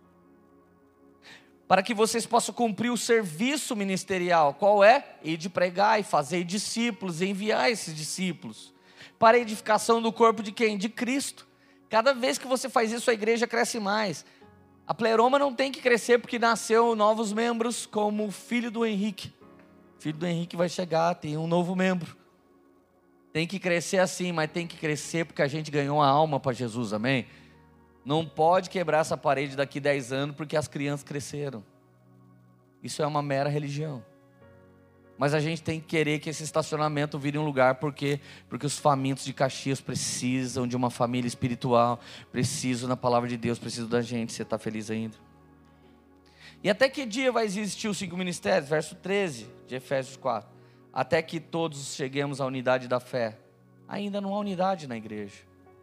Para que vocês possam cumprir o serviço ministerial. Qual é? Ir de pregar e fazer discípulos, e enviar esses discípulos. Para a edificação do corpo de quem? De Cristo. Cada vez que você faz isso, a igreja cresce mais. A Pleroma não tem que crescer porque nasceu novos membros, como o filho do Henrique. O filho do Henrique vai chegar, tem um novo membro. Tem que crescer assim, mas tem que crescer porque a gente ganhou a alma para Jesus, amém? Não pode quebrar essa parede daqui 10 anos porque as crianças cresceram. Isso é uma mera religião. Mas a gente tem que querer que esse estacionamento vire um lugar, porque os famintos de Caxias precisam de uma família espiritual, precisam da palavra de Deus, precisam da gente. Você está feliz ainda? E até que dia vai existir os 5 ministérios? Verso 13 de Efésios 4. Até que todos cheguemos à unidade da fé. Ainda não há unidade na igreja.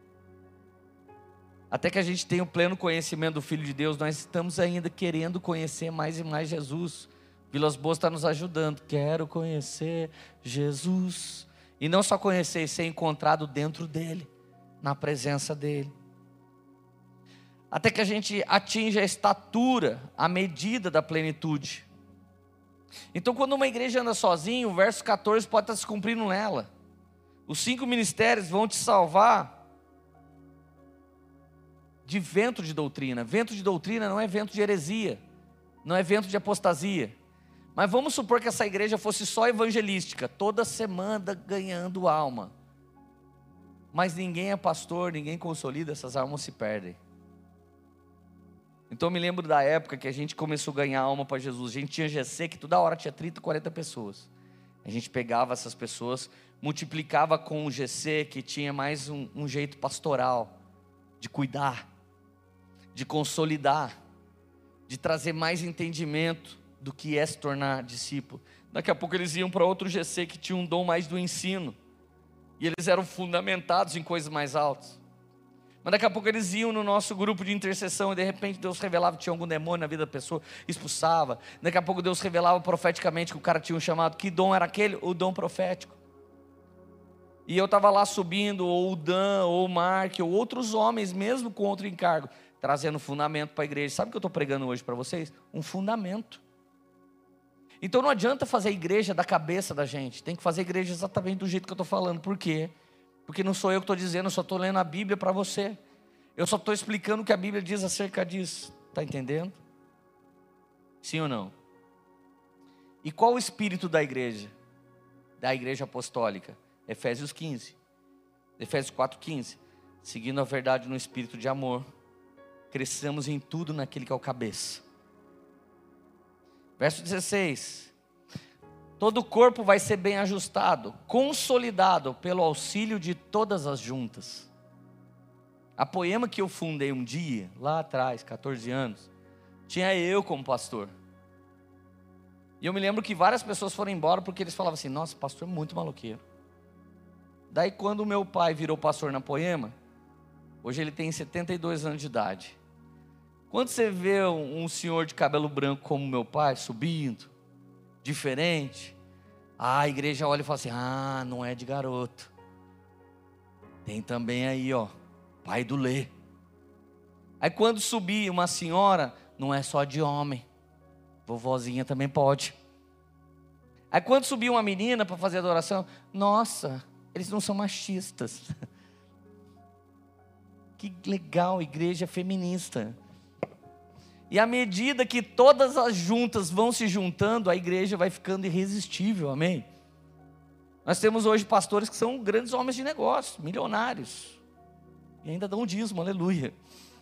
Até que a gente tenha o pleno conhecimento do Filho de Deus, nós estamos ainda querendo conhecer mais e mais Jesus. Vilas Boas está nos ajudando. Quero conhecer Jesus. E não só conhecer, ser encontrado dentro dEle, na presença dEle. Até que a gente atinja a estatura, a medida da plenitude. Então quando uma igreja anda sozinha, o verso 14 pode estar se cumprindo nela. Os 5 ministérios vão te salvar de vento de doutrina. Vento de doutrina não é vento de heresia, não é vento de apostasia. Mas vamos supor que essa igreja fosse só evangelística, toda semana ganhando alma. Mas ninguém é pastor, ninguém consolida, essas almas se perdem. Então eu me lembro da época que a gente começou a ganhar alma para Jesus. A gente tinha GC que toda hora tinha 30, 40 pessoas. A gente pegava essas pessoas, multiplicava com o GC, que tinha mais um jeito pastoral, de cuidar, de consolidar, de trazer mais entendimento do que é se tornar discípulo. Daqui a pouco eles iam para outro GC que tinha um dom mais do ensino, e eles eram fundamentados em coisas mais altas. Mas daqui a pouco eles iam no nosso grupo de intercessão e de repente Deus revelava que tinha algum demônio na vida da pessoa, expulsava. Daqui a pouco Deus revelava profeticamente que o cara tinha um chamado. Que dom era aquele? O dom profético. E eu estava lá subindo, ou o Dan, ou o Mark, ou outros homens, mesmo com outro encargo, trazendo fundamento para a igreja. Sabe o que eu estou pregando hoje para vocês? Um fundamento. Então não adianta fazer a igreja da cabeça da gente, tem que fazer a igreja exatamente do jeito que eu estou falando. Por quê? Porque não sou eu que estou dizendo, eu só estou lendo a Bíblia para você. Eu só estou explicando o que a Bíblia diz acerca disso. Está entendendo? Sim ou não? E qual o espírito da igreja? Da igreja apostólica? Efésios 15. Efésios 4:15. Seguindo a verdade no espírito de amor, cresçamos em tudo naquele que é o cabeça. Verso 16. Todo o corpo vai ser bem ajustado, consolidado pelo auxílio de todas as juntas. A Poema que eu fundei um dia, lá atrás, 14 anos, tinha eu como pastor. E eu me lembro que várias pessoas foram embora porque eles falavam assim: nossa, pastor é muito maloqueiro. Daí quando o meu pai virou pastor na Poema, hoje ele tem 72 anos de idade. Quando você vê um senhor de cabelo branco como meu pai, subindo, diferente, a igreja olha e fala assim: ah, não é de garoto. Tem também aí, ó, pai do Lê. Aí quando subir uma senhora, não é só de homem, vovozinha também pode. Aí quando subir uma menina para fazer adoração, nossa, eles não são machistas. Que legal, igreja feminista. E à medida que todas as juntas vão se juntando, a igreja vai ficando irresistível, amém? Nós temos hoje pastores que são grandes homens de negócio, milionários, e ainda dão dízimo, aleluia.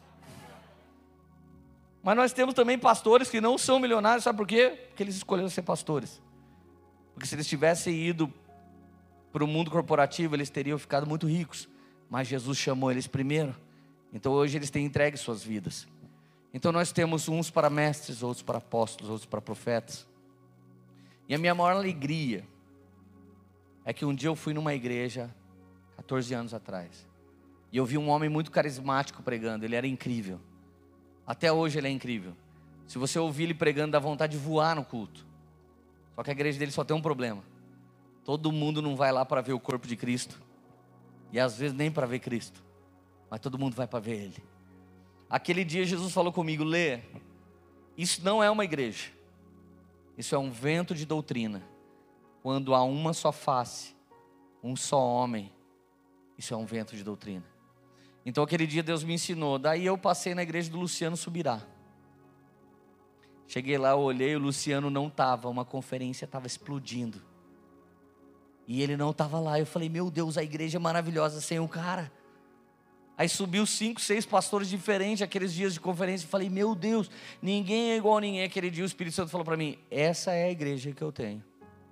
Mas nós temos também pastores que não são milionários, sabe por quê? Porque eles escolheram ser pastores. Porque se eles tivessem ido para o mundo corporativo, eles teriam ficado muito ricos. Mas Jesus chamou eles primeiro, então hoje eles têm entregue suas vidas. Então nós temos uns para mestres, outros para apóstolos, outros para profetas. E a minha maior alegria é que um dia eu fui numa igreja, 14 anos atrás, e eu vi um homem muito carismático pregando. Ele era incrível. Até hoje ele é incrível. Se você ouvir ele pregando, dá vontade de voar no culto. Só que a igreja dele só tem um problema: todo mundo não vai lá para ver o corpo de Cristo, e às vezes nem para ver Cristo, mas todo mundo vai para ver Ele. Aquele dia Jesus falou comigo: Lê, isso não é uma igreja, isso é um vento de doutrina. Quando há uma só face, um só homem, isso é um vento de doutrina. Então aquele dia Deus me ensinou. Daí eu passei na igreja do Luciano Subirá. Cheguei lá, eu olhei, o Luciano não estava, uma conferência estava explodindo, e ele não estava lá. Eu falei: meu Deus, a igreja é maravilhosa sem o cara. Aí subiu 5, 6 pastores diferentes aqueles dias de conferência. Eu falei: meu Deus, ninguém é igual a ninguém. Aquele dia o Espírito Santo falou para mim: essa é a igreja que eu tenho.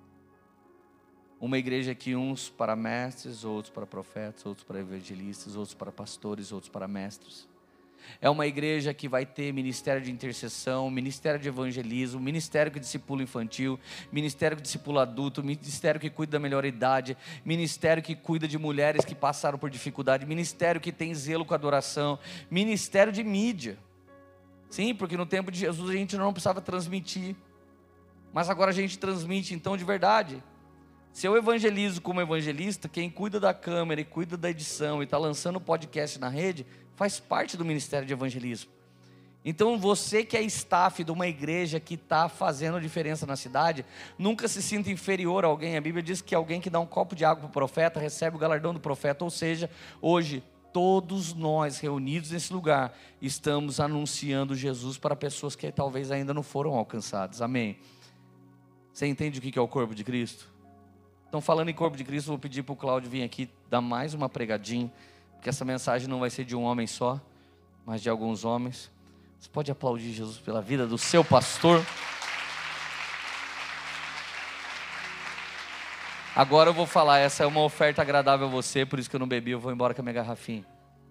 Uma igreja que uns para mestres, outros para profetas, outros para evangelistas, outros para pastores, outros para mestres. É uma igreja que vai ter ministério de intercessão, ministério de evangelismo, ministério que discipula infantil, ministério que discipula adulto, ministério que cuida da melhor idade, ministério que cuida de mulheres que passaram por dificuldade, ministério que tem zelo com a adoração, ministério de mídia. Sim, porque no tempo de Jesus a gente não precisava transmitir, mas agora a gente transmite. Então, de verdade, se eu evangelizo como evangelista, quem cuida da câmera e cuida da edição e está lançando podcast na rede, faz parte do ministério de evangelismo. Então você que é staff de uma igreja que está fazendo diferença na cidade, nunca se sinta inferior a alguém. A Bíblia diz que alguém que dá um copo de água para o profeta, recebe o galardão do profeta. Ou seja, hoje, todos nós reunidos nesse lugar, estamos anunciando Jesus para pessoas que talvez ainda não foram alcançadas, amém? Você entende o que é o corpo de Cristo? Então, falando em corpo de Cristo, eu vou pedir para o Cláudio vir aqui dar mais uma pregadinha, porque essa mensagem não vai ser de um homem só, mas de alguns homens. Você pode aplaudir Jesus pela vida do seu pastor? Agora eu vou falar, essa é uma oferta agradável a você, por isso que eu não bebi, eu vou embora com a minha garrafinha.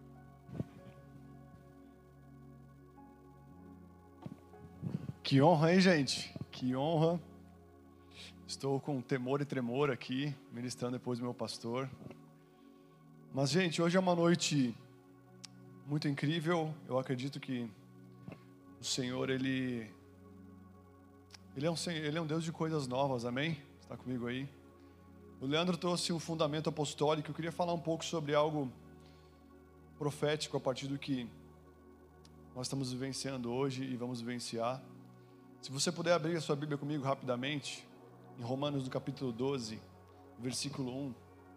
Que honra, hein, gente? Que honra. Estou com temor e tremor aqui, ministrando depois do meu pastor. Mas, gente, hoje é uma noite muito incrível. Eu acredito que o Senhor, Ele é um Deus de coisas novas, amém? Está comigo aí? O Leandro trouxe um fundamento apostólico. Eu queria falar um pouco sobre algo profético a partir do que nós estamos vivenciando hoje e vamos vivenciar. Se você puder abrir a sua Bíblia comigo rapidamente, em Romanos no capítulo 12, versículo 1.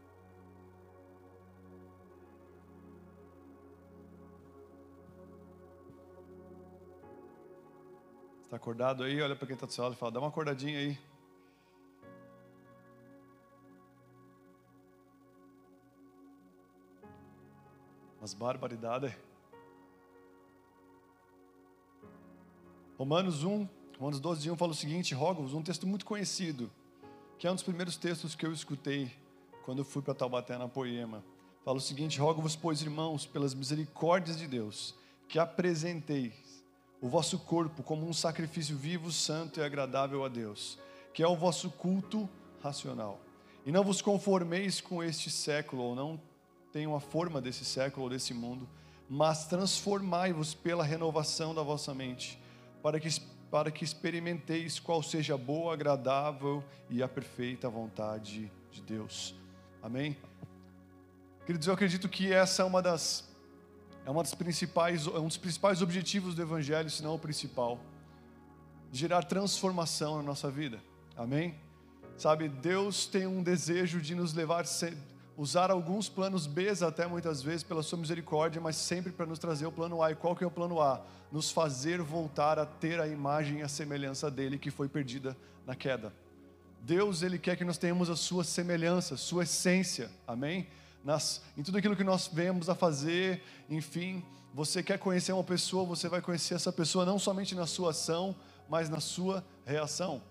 Está acordado aí? Olha para quem está do seu lado e fala, dá uma acordadinha aí. Umas barbaridades. Romanos 12, 1 fala o seguinte, rogo-vos, um texto muito conhecido, que é um dos primeiros textos que eu escutei quando eu fui para Taubaté, na Poema. Fala o seguinte, rogo-vos, pois, irmãos, pelas misericórdias de Deus, que apresenteis o vosso corpo como um sacrifício vivo, santo e agradável a Deus, que é o vosso culto racional. E não vos conformeis com este século, ou não tenham a forma desse século ou desse mundo, mas transformai-vos pela renovação da vossa mente, para que experimenteis qual seja a boa, agradável e a perfeita vontade de Deus. Amém? Queridos, eu acredito que essa é um dos principais objetivos do Evangelho, se não o principal, gerar transformação na nossa vida. Amém? Sabe, Deus tem um desejo de nos levar usar alguns planos B até muitas vezes pela sua misericórdia, mas sempre para nos trazer o plano A. E qual que é o plano A? Nos fazer voltar a ter a imagem e a semelhança dele que foi perdida na queda. Deus, Ele quer que nós tenhamos a sua semelhança, sua essência, amém? Em tudo aquilo que nós vemos a fazer, enfim, você quer conhecer uma pessoa, você vai conhecer essa pessoa não somente na sua ação, mas na sua reação.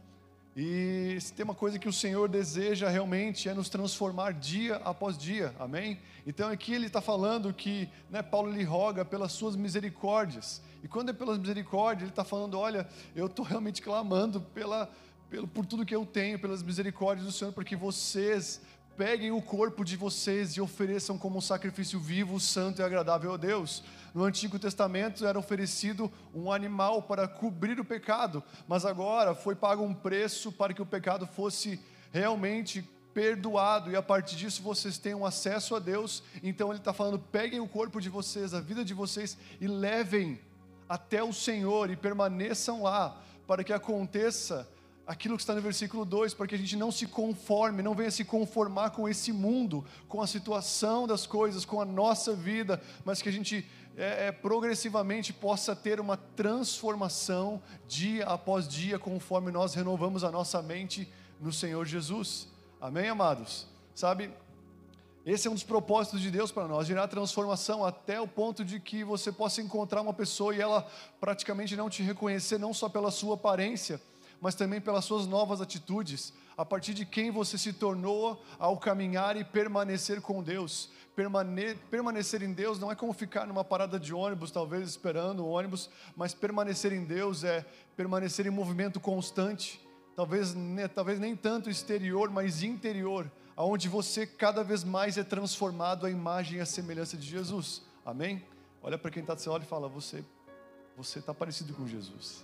E se tem uma coisa que o Senhor deseja realmente é nos transformar dia após dia, amém? Então aqui ele está falando que, Paulo lhe roga pelas suas misericórdias, e quando é pelas misericórdias, ele está falando, olha, eu estou realmente clamando por tudo que eu tenho, pelas misericórdias do Senhor, porque vocês peguem o corpo de vocês e ofereçam como um sacrifício vivo, santo e agradável a Deus. No Antigo Testamento era oferecido um animal para cobrir o pecado, mas agora foi pago um preço para que o pecado fosse realmente perdoado, e a partir disso vocês tenham acesso a Deus. Então ele está falando, peguem o corpo de vocês, a vida de vocês, e levem até o Senhor, e permaneçam lá, para que aconteça aquilo que está no versículo 2, para que a gente não se conforme, não venha se conformar com esse mundo, com a situação das coisas, com a nossa vida, mas que a gente progressivamente possa ter uma transformação dia após dia, conforme nós renovamos a nossa mente no Senhor Jesus. Amém, amados? Sabe, esse é um dos propósitos de Deus para nós, gerar transformação até o ponto de que você possa encontrar uma pessoa e ela praticamente não te reconhecer, não só pela sua aparência, mas também pelas suas novas atitudes, a partir de quem você se tornou ao caminhar e permanecer com Deus. Permanecer em Deus não é como ficar numa parada de ônibus, talvez esperando o ônibus, mas permanecer em Deus é permanecer em movimento constante, talvez nem tanto exterior, mas interior, onde você cada vez mais é transformado à imagem e à semelhança de Jesus. Amém? Olha para quem está do seu lado e fala, você está parecido com Jesus.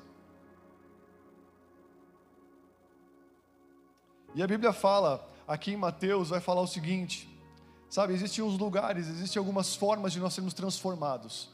E a Bíblia fala, aqui em Mateus, vai falar o seguinte, sabe, existem uns lugares, existem algumas formas de nós sermos transformados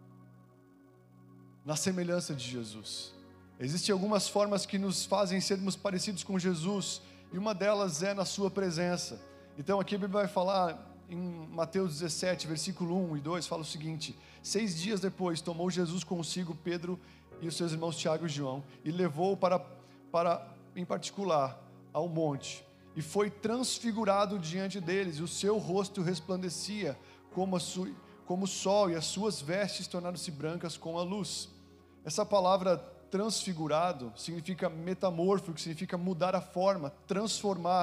na semelhança de Jesus. Existem algumas formas que nos fazem sermos parecidos com Jesus, e uma delas é na sua presença. Então aqui a Bíblia vai falar, em Mateus 17, versículo 1 e 2, fala o seguinte, 6 dias depois, tomou Jesus consigo Pedro e os seus irmãos Tiago e João, e levou para em particular, ao monte, e foi transfigurado diante deles, e o seu rosto resplandecia como o sol, e as suas vestes tornaram-se brancas como a luz. Essa palavra transfigurado significa metamorfo, que significa mudar a forma, transformar,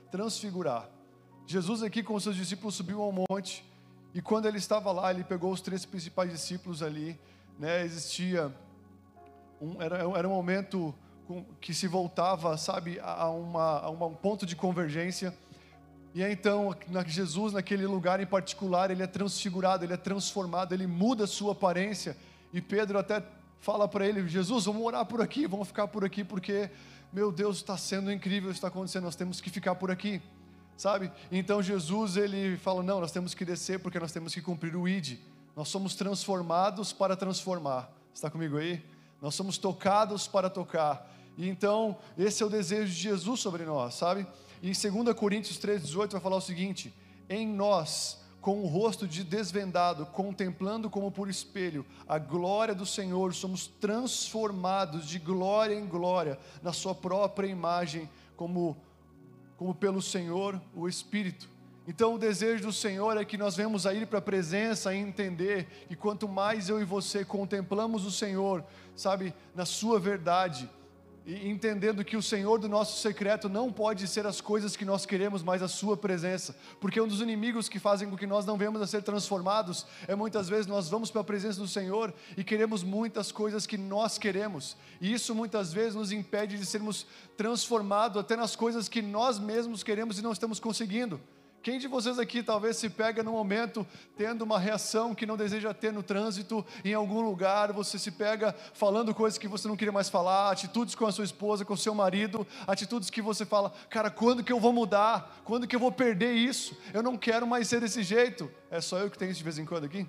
transfigurar. Jesus aqui com os seus discípulos subiu ao monte, e quando ele estava lá, ele pegou os 3 principais discípulos ali, né? Existia era um momento que se voltava, sabe, a um ponto de convergência. E aí, então, Jesus naquele lugar em particular, ele é transfigurado, ele é transformado, ele muda a sua aparência. E Pedro até fala para ele: Jesus, vamos orar por aqui, vamos ficar por aqui, porque, meu Deus, está sendo incrível, está acontecendo, nós temos que ficar por aqui, sabe? Então Jesus, ele fala: não, nós temos que descer, porque nós temos que cumprir o ID. Nós somos transformados para transformar. Está comigo aí? Nós somos tocados para tocar. E então, esse é o desejo de Jesus sobre nós, sabe? E em 2 Coríntios 3,18 vai falar o seguinte: em nós, com o rosto desvendado, contemplando como por espelho a glória do Senhor, somos transformados de glória em glória, na sua própria imagem, como pelo Senhor, o Espírito. Então o desejo do Senhor é que nós venhamos a ir para a presença e entender que quanto mais eu e você contemplamos o Senhor, sabe, na sua verdade, e entendendo que o Senhor do nosso secreto não pode ser as coisas que nós queremos, mas a sua presença, porque um dos inimigos que fazem com que nós não venhamos a ser transformados, é muitas vezes nós vamos para a presença do Senhor e queremos muitas coisas que nós queremos, e isso muitas vezes nos impede de sermos transformados até nas coisas que nós mesmos queremos e não estamos conseguindo. Quem de vocês aqui talvez se pega no momento tendo uma reação que não deseja ter no trânsito, em algum lugar, você se pega falando coisas que você não queria mais falar, atitudes com a sua esposa, com o seu marido, atitudes que você fala: cara, quando que eu vou mudar? Quando que eu vou perder isso? Eu não quero mais ser desse jeito. É só eu que tenho isso de vez em quando aqui?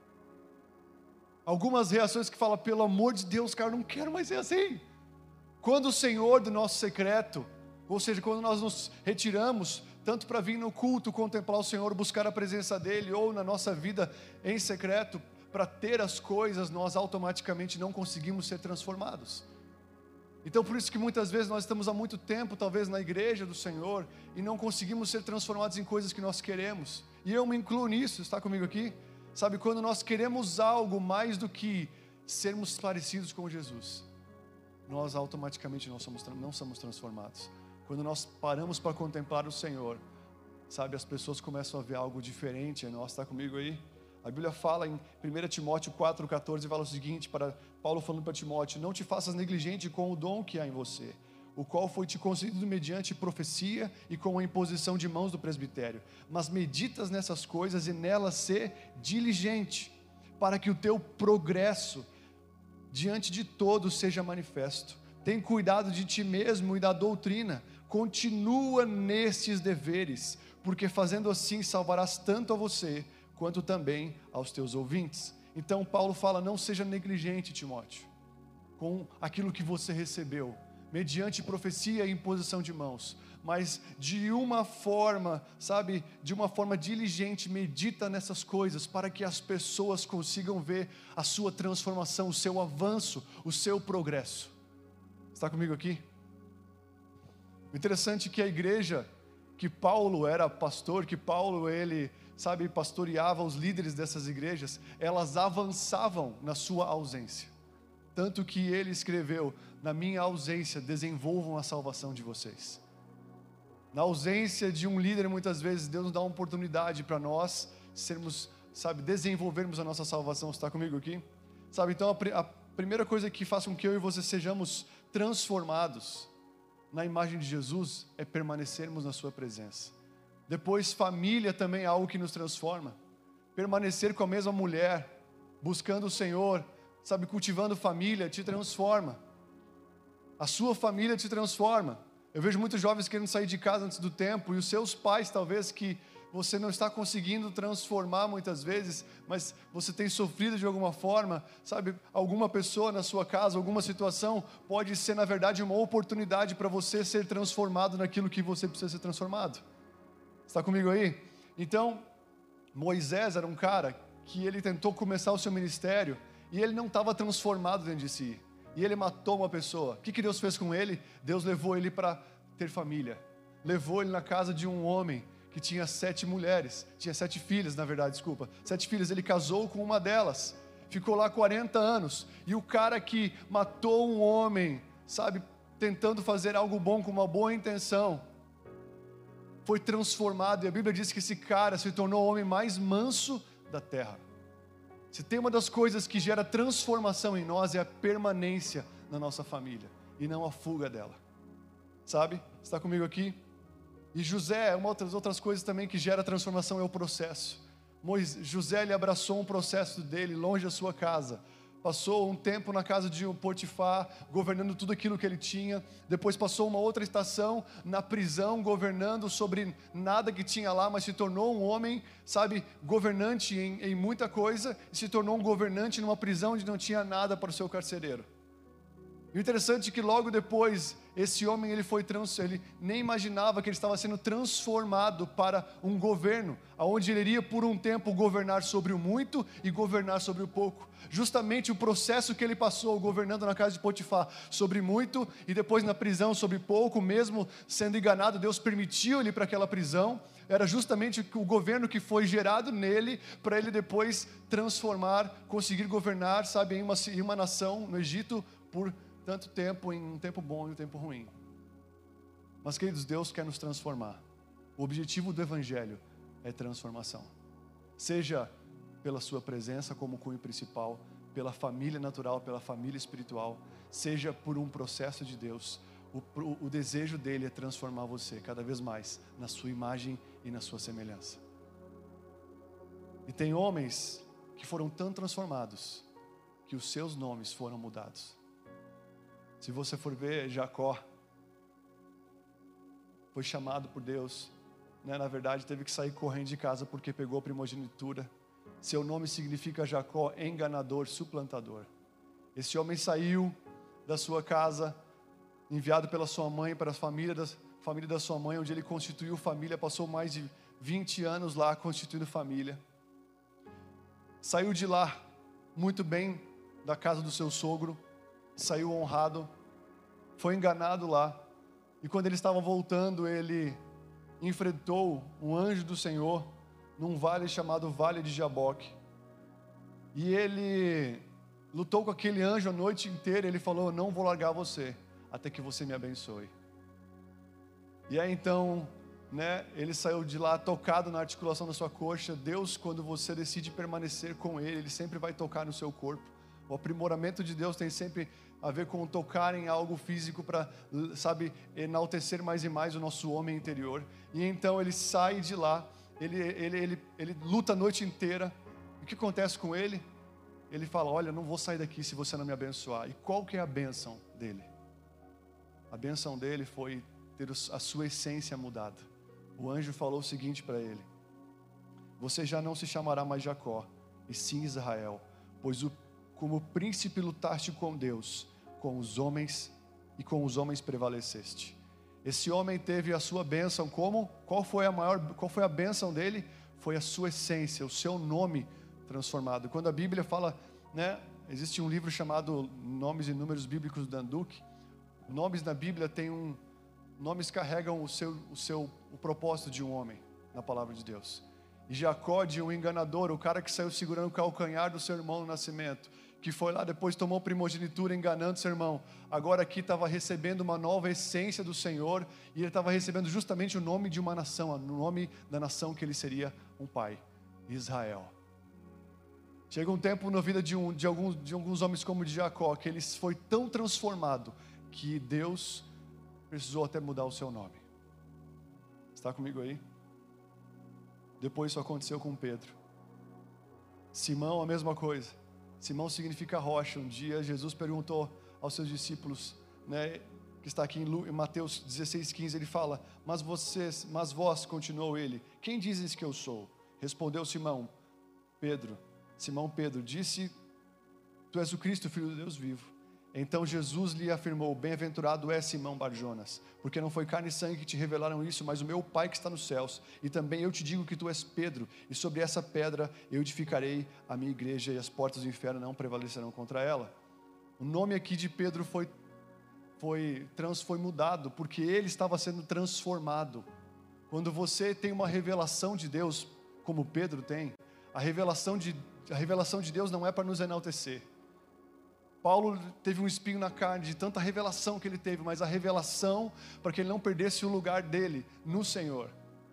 Algumas reações que falam: pelo amor de Deus, cara, eu não quero mais ser assim. Quando o Senhor do nosso secreto, ou seja, quando nós nos retiramos, tanto para vir no culto, contemplar o Senhor, buscar a presença dEle, ou na nossa vida em secreto, para ter as coisas, nós automaticamente não conseguimos ser transformados. Então por isso que muitas vezes nós estamos há muito tempo, talvez na igreja do Senhor, e não conseguimos ser transformados em coisas que nós queremos. E eu me incluo nisso, está comigo aqui? Sabe, quando nós queremos algo mais do que sermos parecidos com Jesus, nós automaticamente não somos transformados. Quando nós paramos para contemplar o Senhor, sabe, as pessoas começam a ver algo diferente em nós. Está comigo aí? A Bíblia fala em 1 Timóteo 4,14, fala o seguinte, para Paulo falando para Timóteo: não te faças negligente com o dom que há em você, o qual foi te concedido mediante profecia e com a imposição de mãos do presbitério, mas meditas nessas coisas e nelas ser diligente, para que o teu progresso diante de todos seja manifesto. Tem cuidado de ti mesmo e da doutrina, continua nestes deveres, porque fazendo assim salvarás tanto a você, quanto também aos teus ouvintes. Então Paulo fala: não seja negligente, Timóteo, com aquilo que você recebeu, mediante profecia e imposição de mãos, mas de uma forma, sabe, de uma forma diligente, medita nessas coisas, para que as pessoas consigam ver a sua transformação, o seu avanço, o seu progresso. Está comigo aqui? O interessante é que a igreja, que Paulo era pastor, que Paulo, ele, sabe, pastoreava os líderes dessas igrejas, elas avançavam na sua ausência. Tanto que ele escreveu: na minha ausência, desenvolvam a salvação de vocês. Na ausência de um líder, muitas vezes, Deus nos dá uma oportunidade para nós sermos, sabe, desenvolvermos a nossa salvação. Está comigo aqui? Sabe, então a primeira coisa que faz com que eu e você sejamos transformados na imagem de Jesus é permanecermos na sua presença. Depois, família também é algo que nos transforma. Permanecer com a mesma mulher, buscando o Senhor, sabe, cultivando família, te transforma. A sua família te transforma. Eu vejo muitos jovens querendo sair de casa antes do tempo, e os seus pais, talvez, que você não está conseguindo transformar muitas vezes, mas você tem sofrido de alguma forma, sabe, alguma pessoa na sua casa, alguma situação, pode ser na verdade uma oportunidade para você ser transformado naquilo que você precisa ser transformado. Está comigo aí? Então, Moisés era um cara que ele tentou começar o seu ministério, e ele não estava transformado dentro de si, e ele matou uma pessoa. O que Deus fez com ele? Deus levou ele para ter família, levou ele na casa de um homem que tinha 7 mulheres, tinha 7 filhas, na verdade, desculpa, 7 filhas, ele casou com uma delas, ficou lá 40 anos, e o cara que matou um homem, sabe, tentando fazer algo bom com uma boa intenção, foi transformado, e a Bíblia diz que esse cara se tornou o homem mais manso da terra. Se tem uma das coisas que gera transformação em nós, é a permanência na nossa família, e não a fuga dela. Sabe? Está comigo aqui? E José, outras coisas também que gera transformação é o processo. José, ele abraçou um processo dele longe da sua casa. Passou um tempo na casa de Potifar, governando tudo aquilo que ele tinha. Depois passou uma outra estação na prisão, governando sobre nada que tinha lá, mas se tornou um homem, sabe, governante em muita coisa. E se tornou um governante numa prisão onde não tinha nada para o seu carcereiro. E o interessante é que logo depois, esse homem ele nem imaginava que ele estava sendo transformado para um governo, onde ele iria por um tempo governar sobre o muito e governar sobre o pouco. Justamente o processo que ele passou governando na casa de Potifar sobre muito e depois na prisão sobre pouco, mesmo sendo enganado, Deus permitiu ele para aquela prisão. Era justamente o governo que foi gerado nele para ele depois transformar, conseguir governar, sabe, em uma nação no Egito por tanto tempo, em um tempo bom e um tempo ruim. Mas, queridos, Deus quer nos transformar. O objetivo do Evangelho é transformação. Seja pela sua presença como cunho principal, pela família natural, pela família espiritual, seja por um processo de Deus. O desejo dele é transformar você cada vez mais na sua imagem e na sua semelhança. E tem homens que foram tão transformados que os seus nomes foram mudados. Se você for ver, Jacó foi chamado por Deus, né? Na verdade teve que sair correndo de casa porque pegou a primogenitura. Seu nome significa Jacó, enganador, suplantador. Esse homem saiu da sua casa, enviado pela sua mãe para a família da sua mãe, onde ele constituiu família, passou mais de 20 anos lá constituindo família. Saiu de lá muito bem da casa do seu sogro, saiu honrado, foi enganado lá, e quando ele estava voltando, ele enfrentou um anjo do Senhor, num vale chamado Vale de Jaboque, e ele lutou com aquele anjo a noite inteira. Ele falou: não vou largar você, até que você me abençoe. E aí então, né, ele saiu de lá tocado na articulação da sua coxa. Deus, quando você decide permanecer com Ele sempre vai tocar no seu corpo. O aprimoramento de Deus tem sempre a ver com tocar em algo físico para, sabe, enaltecer mais e mais o nosso homem interior. E então ele sai de lá, ele luta a noite inteira. E o que acontece com ele? Ele fala: olha, não vou sair daqui se você não me abençoar. E qual que é a bênção dele? A bênção dele foi ter a sua essência mudada. O anjo falou o seguinte para ele: você já não se chamará mais Jacó, e sim Israel, pois como príncipe lutaste com Deus, com os homens, e com os homens prevaleceste. Esse homem teve a sua bênção como? Qual foi a bênção dele? Foi a sua essência, o seu nome transformado. Quando a Bíblia fala, né, existe um livro chamado Nomes e Números Bíblicos do Dan Duque. Nomes na Bíblia nomes carregam o propósito de um homem na palavra de Deus. E Jacó, de um enganador, o cara que saiu segurando o calcanhar do seu irmão no nascimento, que foi lá depois tomou primogenitura enganando seu irmão, agora aqui estava recebendo uma nova essência do Senhor, e ele estava recebendo justamente o nome de uma nação, o nome da nação que ele seria um pai, Israel. Chega um tempo na vida de alguns homens como de Jacó, que ele foi tão transformado que Deus precisou até mudar o seu nome. Está comigo aí? Depois isso aconteceu com Pedro. Simão, a mesma coisa. Simão significa rocha. Um dia Jesus perguntou aos seus discípulos, né, que está aqui em Mateus 16:15, ele fala: mas vós, continuou ele, quem dizes que eu sou? Respondeu Simão Pedro, disse: tu és o Cristo, filho de Deus vivo. Então Jesus lhe afirmou: bem-aventurado é Simão Barjonas, porque não foi carne e sangue que te revelaram isso, mas o meu Pai que está nos céus. E também eu te digo que tu és Pedro, e sobre essa pedra eu edificarei a minha igreja, e as portas do inferno não prevalecerão contra ela. O nome aqui de Pedro foi mudado, porque ele estava sendo transformado. Quando você tem uma revelação de Deus, como Pedro tem, a revelação de Deus não é para nos enaltecer. Paulo teve um espinho na carne de tanta revelação que ele teve, mas a revelação para que ele não perdesse o lugar dele no Senhor.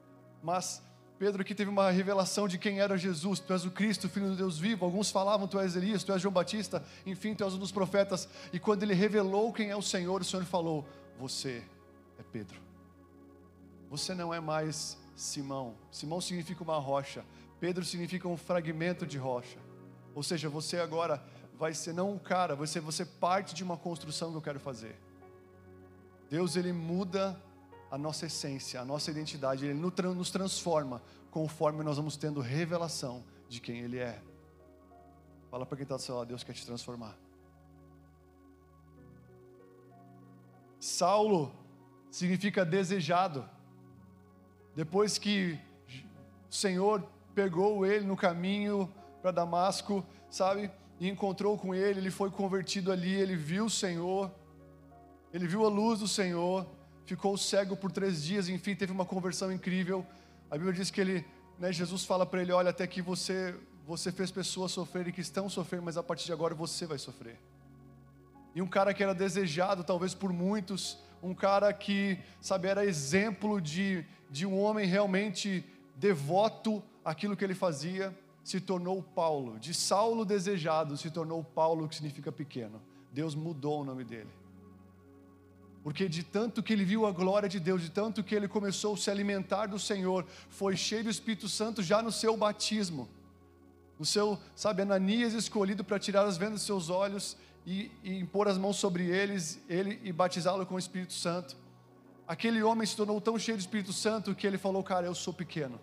Mas Pedro aqui teve uma revelação de quem era Jesus. Tu és o Cristo, Filho do Deus vivo. Alguns falavam, tu és Elias, tu és João Batista, enfim, tu és um dos profetas. E quando ele revelou quem é o Senhor falou, você é Pedro. Você não é mais Simão. Simão significa uma rocha. Pedro significa um fragmento de rocha. Ou seja, você agora vai ser não um cara, você parte de uma construção que eu quero fazer. Deus, Ele muda a nossa essência, a nossa identidade. Ele nos transforma conforme nós vamos tendo revelação de quem Ele é. Fala para quem está do seu lado, Deus quer te transformar. Saulo significa desejado. Depois que o Senhor pegou ele no caminho para Damasco, sabe? E encontrou com ele, ele foi convertido ali, ele viu o Senhor, ele viu a luz do Senhor, ficou cego por 3 dias, enfim, teve uma conversão incrível. A Bíblia diz que ele, Jesus fala para ele, olha, até que você fez pessoas sofrerem, que estão sofrendo, mas a partir de agora você vai sofrer. E um cara que era desejado, talvez por muitos, um cara que, sabe, era exemplo de um homem realmente devoto àquilo que ele fazia, se tornou Paulo. De Saulo desejado, se tornou Paulo, que significa pequeno. Deus mudou o nome dele. Porque de tanto que ele viu a glória de Deus, de tanto que ele começou a se alimentar do Senhor, foi cheio do Espírito Santo já no seu batismo. No seu, sabe, Ananias escolhido para tirar as vendas dos seus olhos e impor as mãos sobre ele e batizá-lo com o Espírito Santo. Aquele homem se tornou tão cheio do Espírito Santo que ele falou, cara, eu sou pequeno.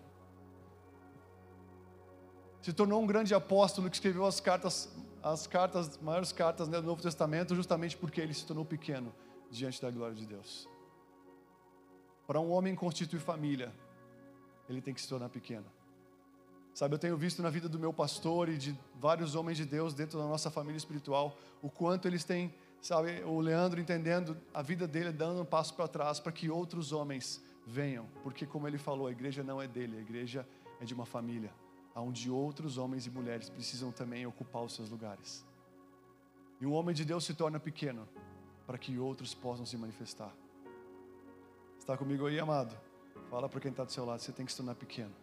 Se tornou um grande apóstolo que escreveu as maiores cartas, né, do Novo Testamento, justamente porque ele se tornou pequeno diante da glória de Deus. Para um homem constituir família, ele tem que se tornar pequeno. Sabe, eu tenho visto na vida do meu pastor e de vários homens de Deus dentro da nossa família espiritual, o quanto eles têm, sabe, o Leandro entendendo a vida dele, dando um passo para trás para que outros homens venham, porque como ele falou, a igreja não é dele, a igreja é de uma família, onde outros homens e mulheres precisam também ocupar os seus lugares. E um homem de Deus se torna pequeno, para que outros possam se manifestar. Está comigo aí, amado? Fala para quem está do seu lado, você tem que se tornar pequeno.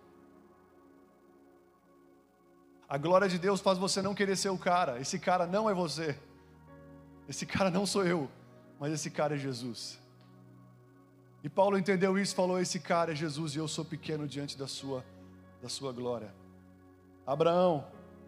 A glória de Deus faz você não querer ser o cara. Esse cara não é você. Esse cara não sou eu, mas esse cara é Jesus. E Paulo entendeu isso, falou, esse cara é Jesus e eu sou pequeno diante da sua glória. Abraão,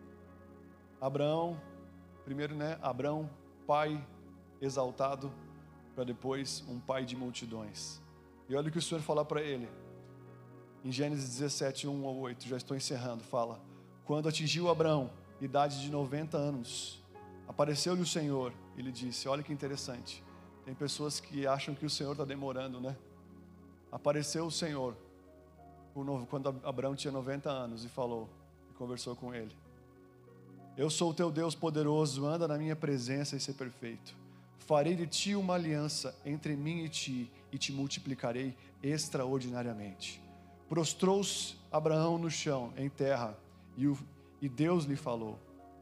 primeiro, né, Abraão, pai exaltado, para depois um pai de multidões. E olha o que o Senhor fala para ele, em Gênesis 17, 1 ao 8, já estou encerrando, fala, quando atingiu Abraão, idade de 90 anos, apareceu-lhe o Senhor, ele disse, olha que interessante, tem pessoas que acham que o Senhor está demorando, né? Apareceu o Senhor, quando Abraão tinha 90 anos, e falou, e conversou com ele, eu sou o teu Deus poderoso, anda na minha presença e ser perfeito, farei de ti uma aliança entre mim e te multiplicarei extraordinariamente. Prostrou-se Abraão no chão, em terra, e Deus lhe falou,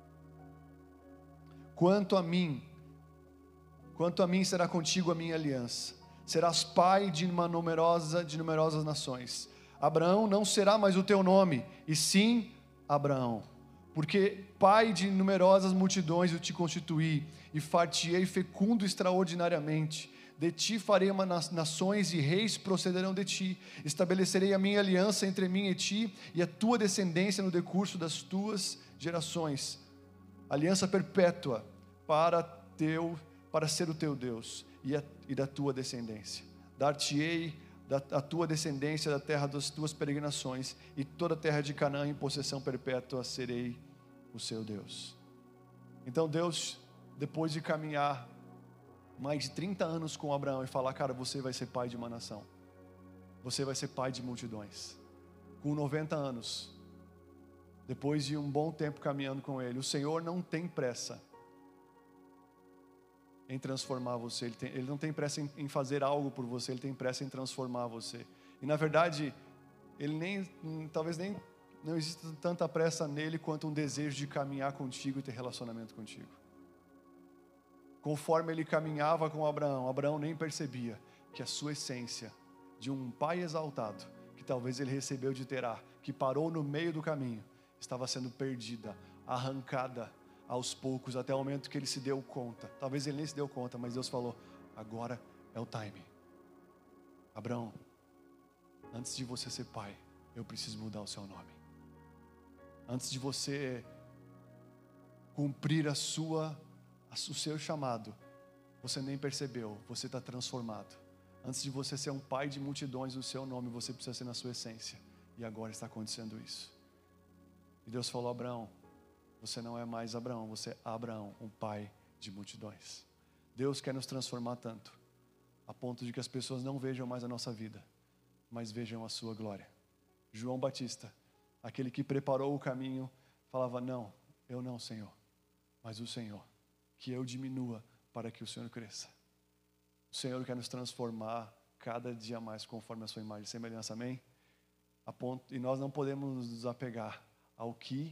quanto a mim será contigo a minha aliança, serás pai de numerosas nações. Abraão não será mais o teu nome, e sim Abraão, porque pai de numerosas multidões eu te constituí, e far-te-ei fecundo extraordinariamente. De ti farei nações e reis procederão de ti. Estabelecerei a minha aliança entre mim e ti e a tua descendência no decurso das tuas gerações. Aliança perpétua para ser o teu Deus e da tua descendência. Dar-te-ei a tua descendência da terra das tuas peregrinações e toda a terra de Canaã em possessão perpétua serei o seu Deus. Então Deus, depois de caminhar mais de 30 anos com Abraão e falar, cara, você vai ser pai de uma nação, você vai ser pai de multidões, com 90 anos, depois de um bom tempo caminhando com ele, o Senhor não tem pressa em transformar você, ele não tem pressa em fazer algo por você, ele tem pressa em transformar você, e na verdade, talvez nem não exista tanta pressa nele, quanto um desejo de caminhar contigo e ter relacionamento contigo. Conforme ele caminhava com Abraão nem percebia que a sua essência de um pai exaltado, que talvez ele recebeu de Terá, que parou no meio do caminho, estava sendo perdida, arrancada aos poucos, até o momento que ele se deu conta. Talvez ele nem se deu conta, mas Deus falou: agora é o time. Abraão, antes de você ser pai, eu preciso mudar o seu nome. Antes de você cumprir o seu chamado, você nem percebeu, você está transformado. Antes de você ser um pai de multidões no seu nome, você precisa ser na sua essência. E agora está acontecendo isso. E Deus falou: Abraão, você não é mais Abraão, você é Abraão, um pai de multidões. Deus quer nos transformar tanto, a ponto de que as pessoas não vejam mais a nossa vida, mas vejam a sua glória. João Batista, aquele que preparou o caminho, falava: não, eu não, Senhor, mas o Senhor, que eu diminua para que o Senhor cresça. O Senhor quer nos transformar cada dia mais conforme a sua imagem e semelhança, amém? E nós não podemos nos desapegar no que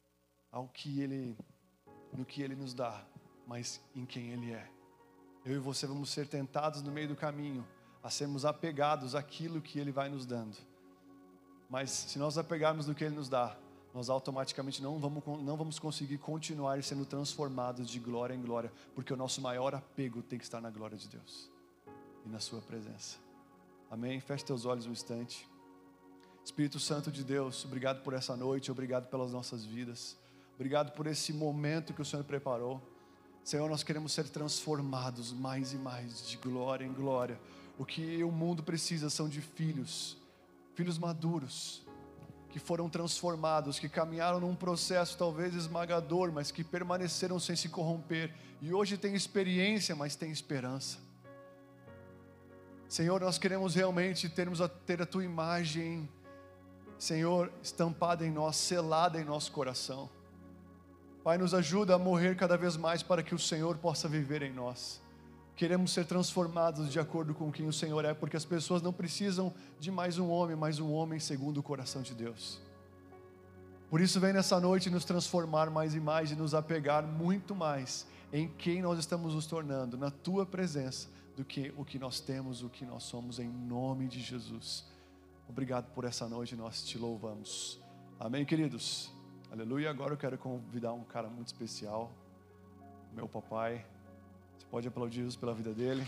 Ele nos dá, mas em quem Ele é. Eu e você vamos ser tentados no meio do caminho a sermos apegados àquilo que Ele vai nos dando. Mas se nós apegarmos no que Ele nos dá, nós automaticamente não vamos conseguir continuar sendo transformados de glória em glória, porque o nosso maior apego tem que estar na glória de Deus e na sua presença. Amém? Feche teus olhos um instante. Espírito Santo de Deus, obrigado por essa noite, obrigado pelas nossas vidas, obrigado por esse momento que o Senhor preparou. Senhor, nós queremos ser transformados mais e mais, de glória em glória. O que o mundo precisa são de filhos maduros, que foram transformados, que caminharam num processo talvez esmagador, mas que permaneceram sem se corromper, e hoje tem experiência, mas tem esperança. Senhor, nós queremos realmente ter a Tua imagem, Senhor, estampada em nós, selada em nosso coração. Pai, nos ajuda a morrer cada vez mais para que o Senhor possa viver em nós. Queremos ser transformados de acordo com quem o Senhor é, porque as pessoas não precisam de mais um homem, mas um homem segundo o coração de Deus. Por isso vem nessa noite nos transformar mais e mais e nos apegar muito mais em quem nós estamos nos tornando, na Tua presença, do que o que nós temos, o que nós somos, em nome de Jesus. Obrigado por essa noite, nós te louvamos. Amém, queridos? Aleluia. Agora eu quero convidar um cara muito especial, meu papai. Você pode aplaudir Jesus pela vida dele.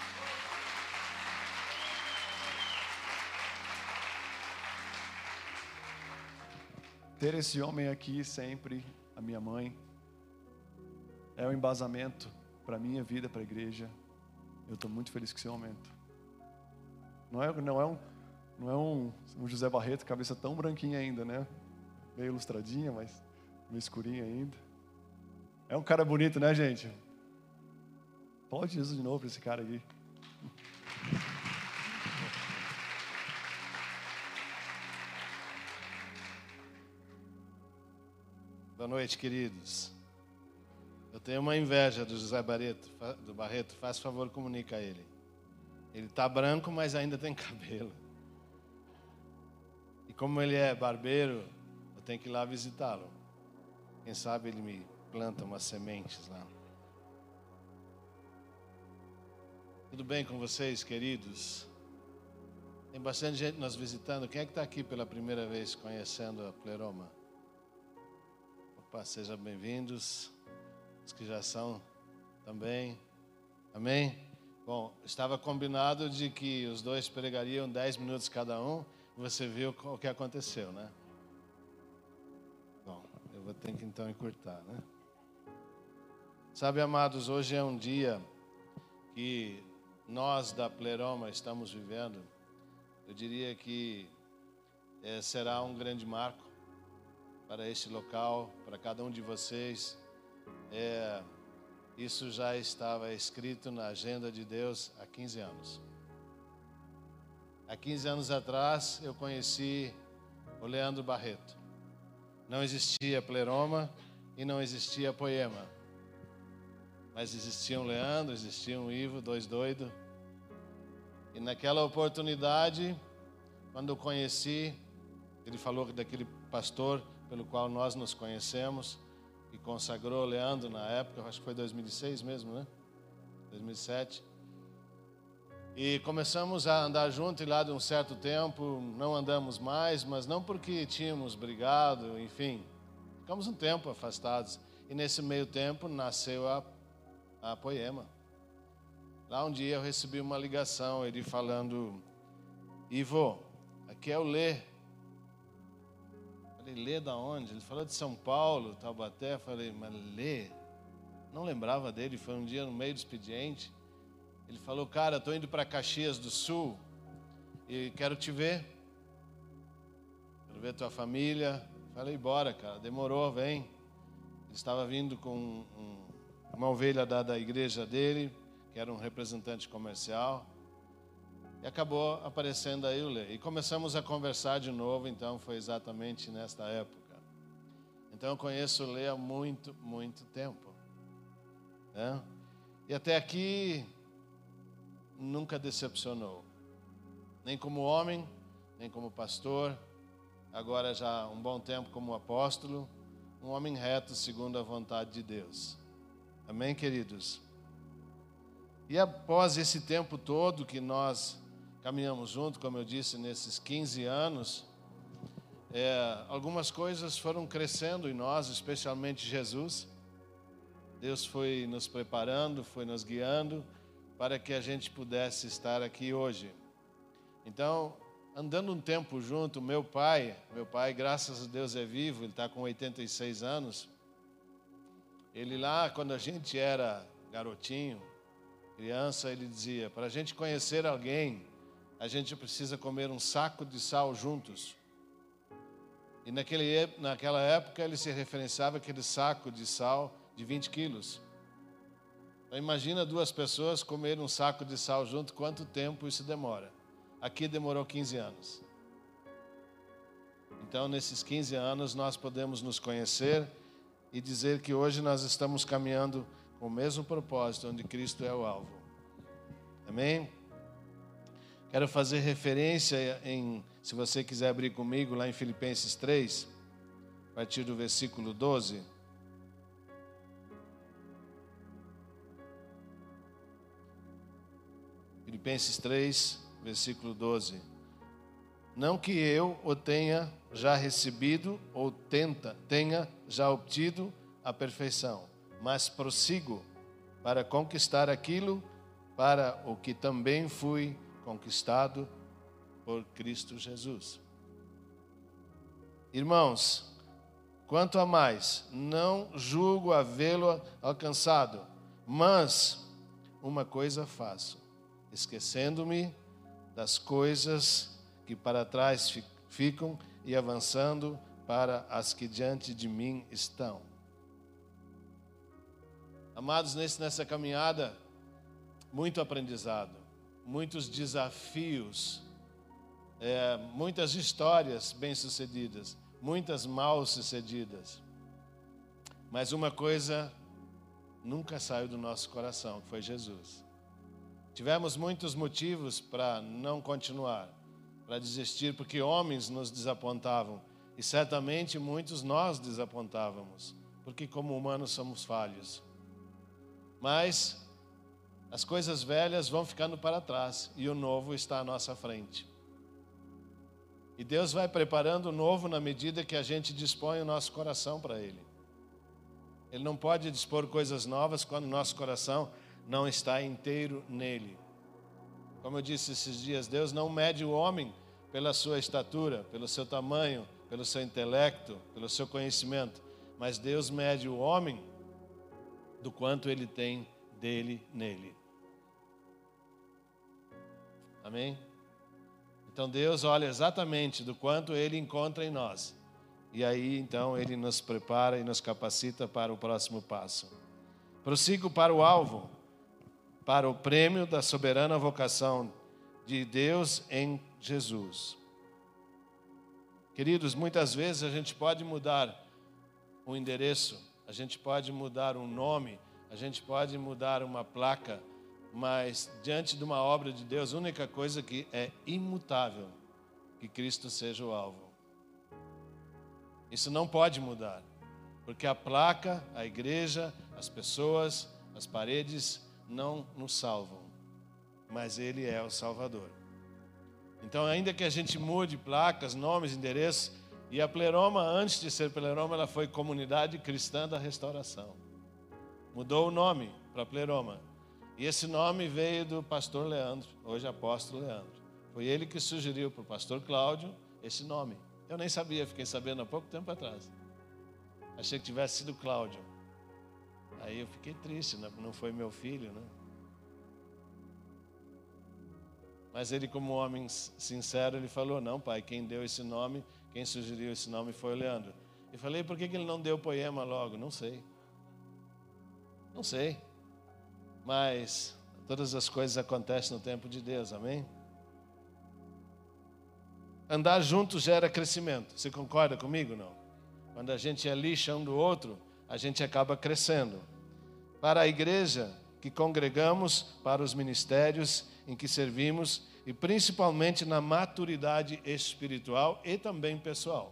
Ter esse homem aqui sempre, a minha mãe, é um embasamento para a minha vida, para a igreja. Eu estou muito feliz com esse momento. Não é um José Barreto, cabeça tão branquinha ainda, né? Meio ilustradinha, mas meio escurinha ainda. É um cara bonito, né, gente? Aplaude Jesus de novo para esse cara aqui. Boa noite, queridos. Eu tenho uma inveja do José Barreto. Faz favor, comunica a ele. Ele está branco, mas ainda tem cabelo. E como ele é barbeiro, eu tenho que ir lá visitá-lo. Quem sabe ele me planta umas sementes lá. Tudo bem com vocês, queridos? Tem bastante gente nos visitando. Quem é que está aqui pela primeira vez conhecendo a Pleroma? Opa, sejam bem-vindos. Os que já são também. Amém? Bom, estava combinado de que os dois pregariam 10 minutos cada um. Você viu o que aconteceu, né? Bom, eu vou ter que então encurtar, né? Sabe, amados, hoje é um dia que nós da Pleroma estamos vivendo. Eu diria que será um grande marco para este local, para cada um de vocês. Isso já estava escrito na agenda de Deus há 15 anos. Há 15 anos atrás eu conheci o Leandro Barreto. Não existia Pleroma e não existia Poema. Mas existia um Leandro, existia um Ivo, dois doidos. E naquela oportunidade, quando eu conheci, ele falou daquele pastor pelo qual nós nos conhecemos, e consagrou o Leandro na época, acho que foi 2006 mesmo, né? 2007. E começamos a andar junto e lá de um certo tempo não andamos mais, mas não porque tínhamos brigado, enfim. Ficamos um tempo afastados. E nesse meio tempo nasceu a Poema. Lá um dia eu recebi uma ligação, ele falando: Ivo, aqui é o Lê. Falei, Lê da onde? Ele falou de São Paulo, Taubaté. Falei, mas Lê? Não lembrava dele, foi um dia no meio do expediente. Ele falou, cara, estou indo para Caxias do Sul e quero te ver. Quero ver tua família. Falei, bora, cara, demorou, vem. Ele estava vindo com uma ovelha da igreja dele, que era um representante comercial. E acabou aparecendo aí o Lê. E começamos a conversar de novo, então foi exatamente nesta época. Então eu conheço o Lê há muito, muito tempo. Né? E até aqui nunca decepcionou. Nem como homem, nem como pastor. Agora já há um bom tempo como apóstolo. Um homem reto segundo a vontade de Deus. Amém, queridos? E após esse tempo todo que nós caminhamos junto, como eu disse, nesses 15 anos, algumas coisas foram crescendo em nós, especialmente Jesus. Deus foi nos preparando, foi nos guiando para que a gente pudesse estar aqui hoje. Então, andando um tempo junto, meu pai, graças a Deus, é vivo, ele está com 86 anos. Ele lá, quando a gente era garotinho, criança, ele dizia, para a gente conhecer alguém, a gente precisa comer um saco de sal juntos. E naquela época ele se referenciava àquele saco de sal de 20 quilos. Então imagina duas pessoas comerem um saco de sal junto, quanto tempo isso demora? Aqui demorou 15 anos. Então nesses 15 anos nós podemos nos conhecer e dizer que hoje nós estamos caminhando com o mesmo propósito, onde Cristo é o alvo. Amém? Quero fazer referência se você quiser abrir comigo, lá em Filipenses 3, a partir do versículo 12. Filipenses 3, versículo 12. Não que eu o tenha já recebido ou tenha já obtido a perfeição, mas prossigo para conquistar aquilo para o que também fui conquistado por Cristo Jesus. Irmãos, quanto a mais, não julgo havê-lo alcançado, mas uma coisa faço, esquecendo-me das coisas que para trás ficam e avançando para as que diante de mim estão. Amados, nessa caminhada, muito aprendizado, muitos desafios, muitas histórias bem-sucedidas, muitas mal-sucedidas. Mas uma coisa nunca saiu do nosso coração, que foi Jesus. Tivemos muitos motivos para não continuar, para desistir, porque homens nos desapontavam. E certamente muitos nós desapontávamos, porque como humanos somos falhos. Mas as coisas velhas vão ficando para trás e o novo está à nossa frente. E Deus vai preparando o novo na medida que a gente dispõe o nosso coração para Ele. Ele não pode dispor coisas novas quando o nosso coração não está inteiro nele. Como eu disse esses dias, Deus não mede o homem pela sua estatura, pelo seu tamanho, pelo seu intelecto, pelo seu conhecimento, mas Deus mede o homem do quanto ele tem dele nele. Amém? Então Deus olha exatamente do quanto Ele encontra em nós. E aí então Ele nos prepara e nos capacita para o próximo passo. Prossigo para o alvo, para o prêmio da soberana vocação de Deus em Jesus. Queridos, muitas vezes a gente pode mudar o endereço, a gente pode mudar um nome, a gente pode mudar uma placa, mas diante de uma obra de Deus, a única coisa que é imutável, que Cristo seja o alvo. Isso não pode mudar, porque a placa, a igreja, as pessoas, as paredes não nos salvam. mas Ele é o Salvador. Então, ainda que a gente mude placas, nomes, endereços, e a Pleroma, antes de ser Pleroma, ela foi Comunidade Cristã da Restauração. Mudou o nome para Pleroma. E esse nome veio do pastor Leandro, hoje apóstolo Leandro. Foi ele que sugeriu para o pastor Cláudio esse nome. Eu nem sabia, fiquei sabendo há pouco tempo atrás. Achei que tivesse sido Cláudio. Aí eu fiquei triste, não foi meu filho, né? Mas ele, como homem sincero, ele falou: não, pai, quem deu esse nome, quem sugeriu esse nome foi o Leandro. Eu falei: por que ele não deu poema logo? Não sei. Não sei. Mas todas as coisas acontecem no tempo de Deus, amém? Andar junto gera crescimento. Você concorda comigo, não? Quando a gente é lixa um do outro, a gente acaba crescendo. Para a igreja que congregamos, para os ministérios em que servimos e principalmente na maturidade espiritual e também pessoal.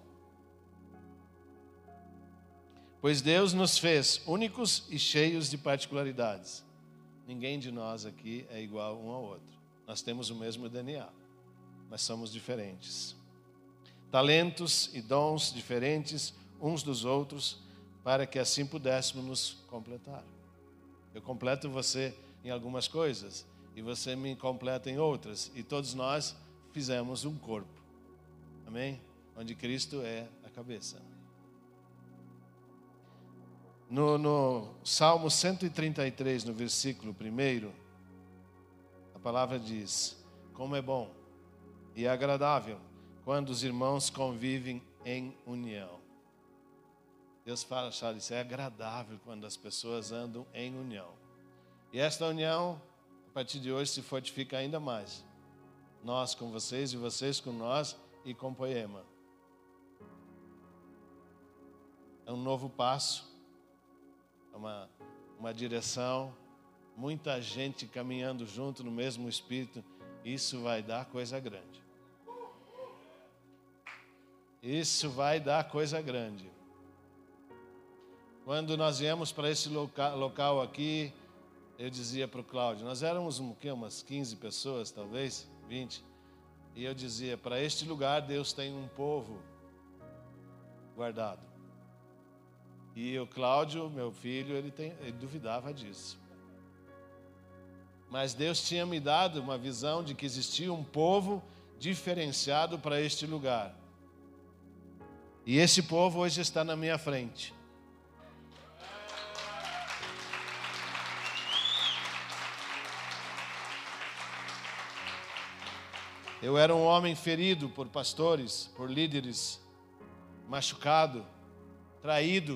Pois Deus nos fez únicos e cheios de particularidades. Ninguém de nós aqui é igual um ao outro. Nós temos o mesmo DNA, mas somos diferentes. Talentos e dons diferentes uns dos outros, para que assim pudéssemos nos completar. Eu completo você em algumas coisas e você me completa em outras. E todos nós fizemos um corpo. Amém? Onde Cristo é a cabeça. No Salmo 133, no versículo 1, a palavra diz: como é bom e agradável quando os irmãos convivem em união. Deus fala, Charles, é agradável quando as pessoas andam em união. E esta união, a partir de hoje, se fortifica ainda mais. Nós com vocês e vocês com nós e com Poema. É um novo passo, é uma direção, muita gente caminhando junto no mesmo espírito. Isso vai dar coisa grande. Isso vai dar coisa grande. Quando nós viemos para esse local aqui, eu dizia para o Cláudio, nós éramos umas 15 pessoas, talvez, 20. E eu dizia, para este lugar Deus tem um povo guardado. E o Cláudio, meu filho, ele duvidava disso. Mas Deus tinha me dado uma visão de que existia um povo diferenciado para este lugar. E esse povo hoje está na minha frente. Eu era um homem ferido por pastores, por líderes, machucado, traído.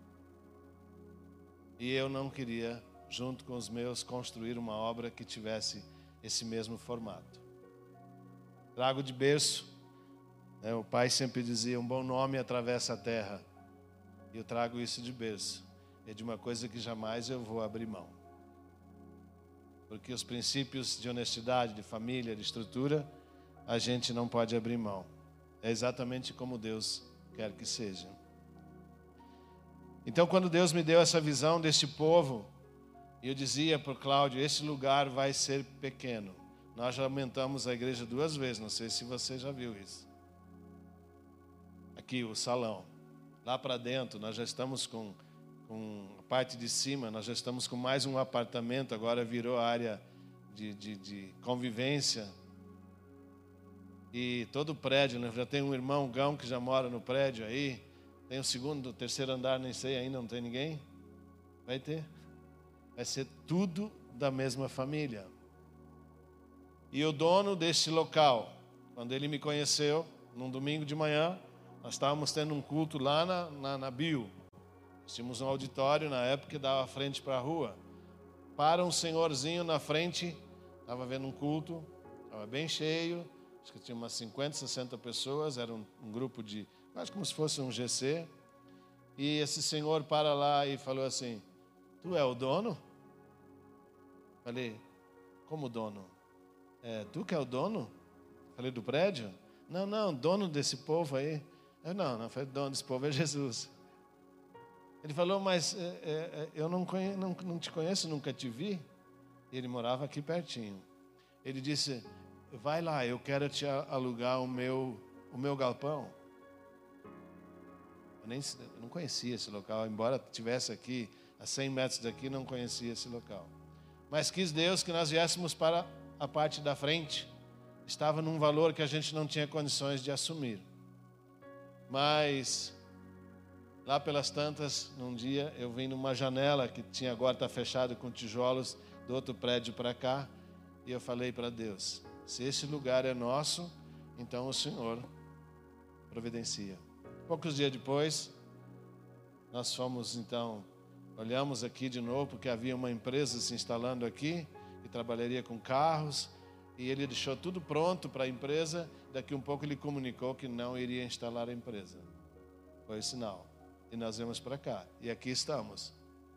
E eu não queria, junto com os meus, construir uma obra que tivesse esse mesmo formato. Trago de berço, né, o pai sempre dizia, um bom nome atravessa a terra. E eu trago isso de berço. É de uma coisa que jamais eu vou abrir mão. Porque os princípios de honestidade, de família, de estrutura, a gente não pode abrir mão. É exatamente como Deus quer que seja. Então, quando Deus me deu essa visão desse povo, eu dizia para o Cláudio, esse lugar vai ser pequeno. Nós já aumentamos a igreja 2 vezes, não sei se você já viu isso. Aqui, o salão. Lá para dentro, nós já estamos com a parte de cima, nós já estamos com mais um apartamento, agora virou área de convivência. E todo o prédio, né? Já tem um irmão Gão que já mora no prédio aí. Tem o segundo, o terceiro andar, nem sei ainda, não tem ninguém? Vai ter. Vai ser tudo da mesma família. E o dono deste local, quando ele me conheceu, num domingo de manhã, nós estávamos tendo um culto lá na Bio. Tínhamos um auditório na época que dava frente para a rua. Para um senhorzinho na frente, estava vendo um culto, estava bem cheio. Acho que tinha umas 50, 60 pessoas, era um grupo de, quase como se fosse um GC. E esse senhor para lá e falou assim, tu é o dono? Falei, como dono? Tu que é o dono? Falei, do prédio? Não, dono desse povo aí. Eu não, falei, dono desse povo é Jesus. Ele falou, mas eu não te conheço, nunca te vi. E ele morava aqui pertinho. Ele disse, vai lá, eu quero te alugar o meu galpão. Eu não conhecia esse local, embora estivesse aqui, a 100 metros daqui, não conhecia esse local. Mas quis Deus que nós viéssemos para a parte da frente. Estava num valor que a gente não tinha condições de assumir. Mas, lá pelas tantas, num dia, eu vim numa janela que tinha agora, está fechada com tijolos, do outro prédio para cá, e eu falei para Deus, se esse lugar é nosso, então o Senhor providencia. Poucos dias depois, nós fomos então, olhamos aqui de novo, porque havia uma empresa se instalando aqui, que trabalharia com carros, e ele deixou tudo pronto para a empresa, daqui um pouco ele comunicou que não iria instalar a empresa. Foi o sinal. E nós viemos para cá, e aqui estamos.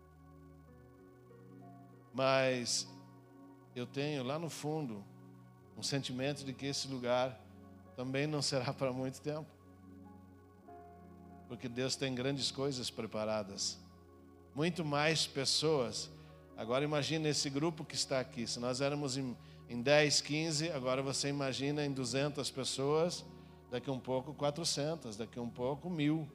Mas eu tenho lá no fundo um sentimento de que esse lugar também não será para muito tempo. Porque Deus tem grandes coisas preparadas. Muito mais pessoas. Agora imagine esse grupo que está aqui. Se nós éramos em 10, 15, agora você imagina em 200 pessoas, daqui um pouco 400, daqui um pouco 1000.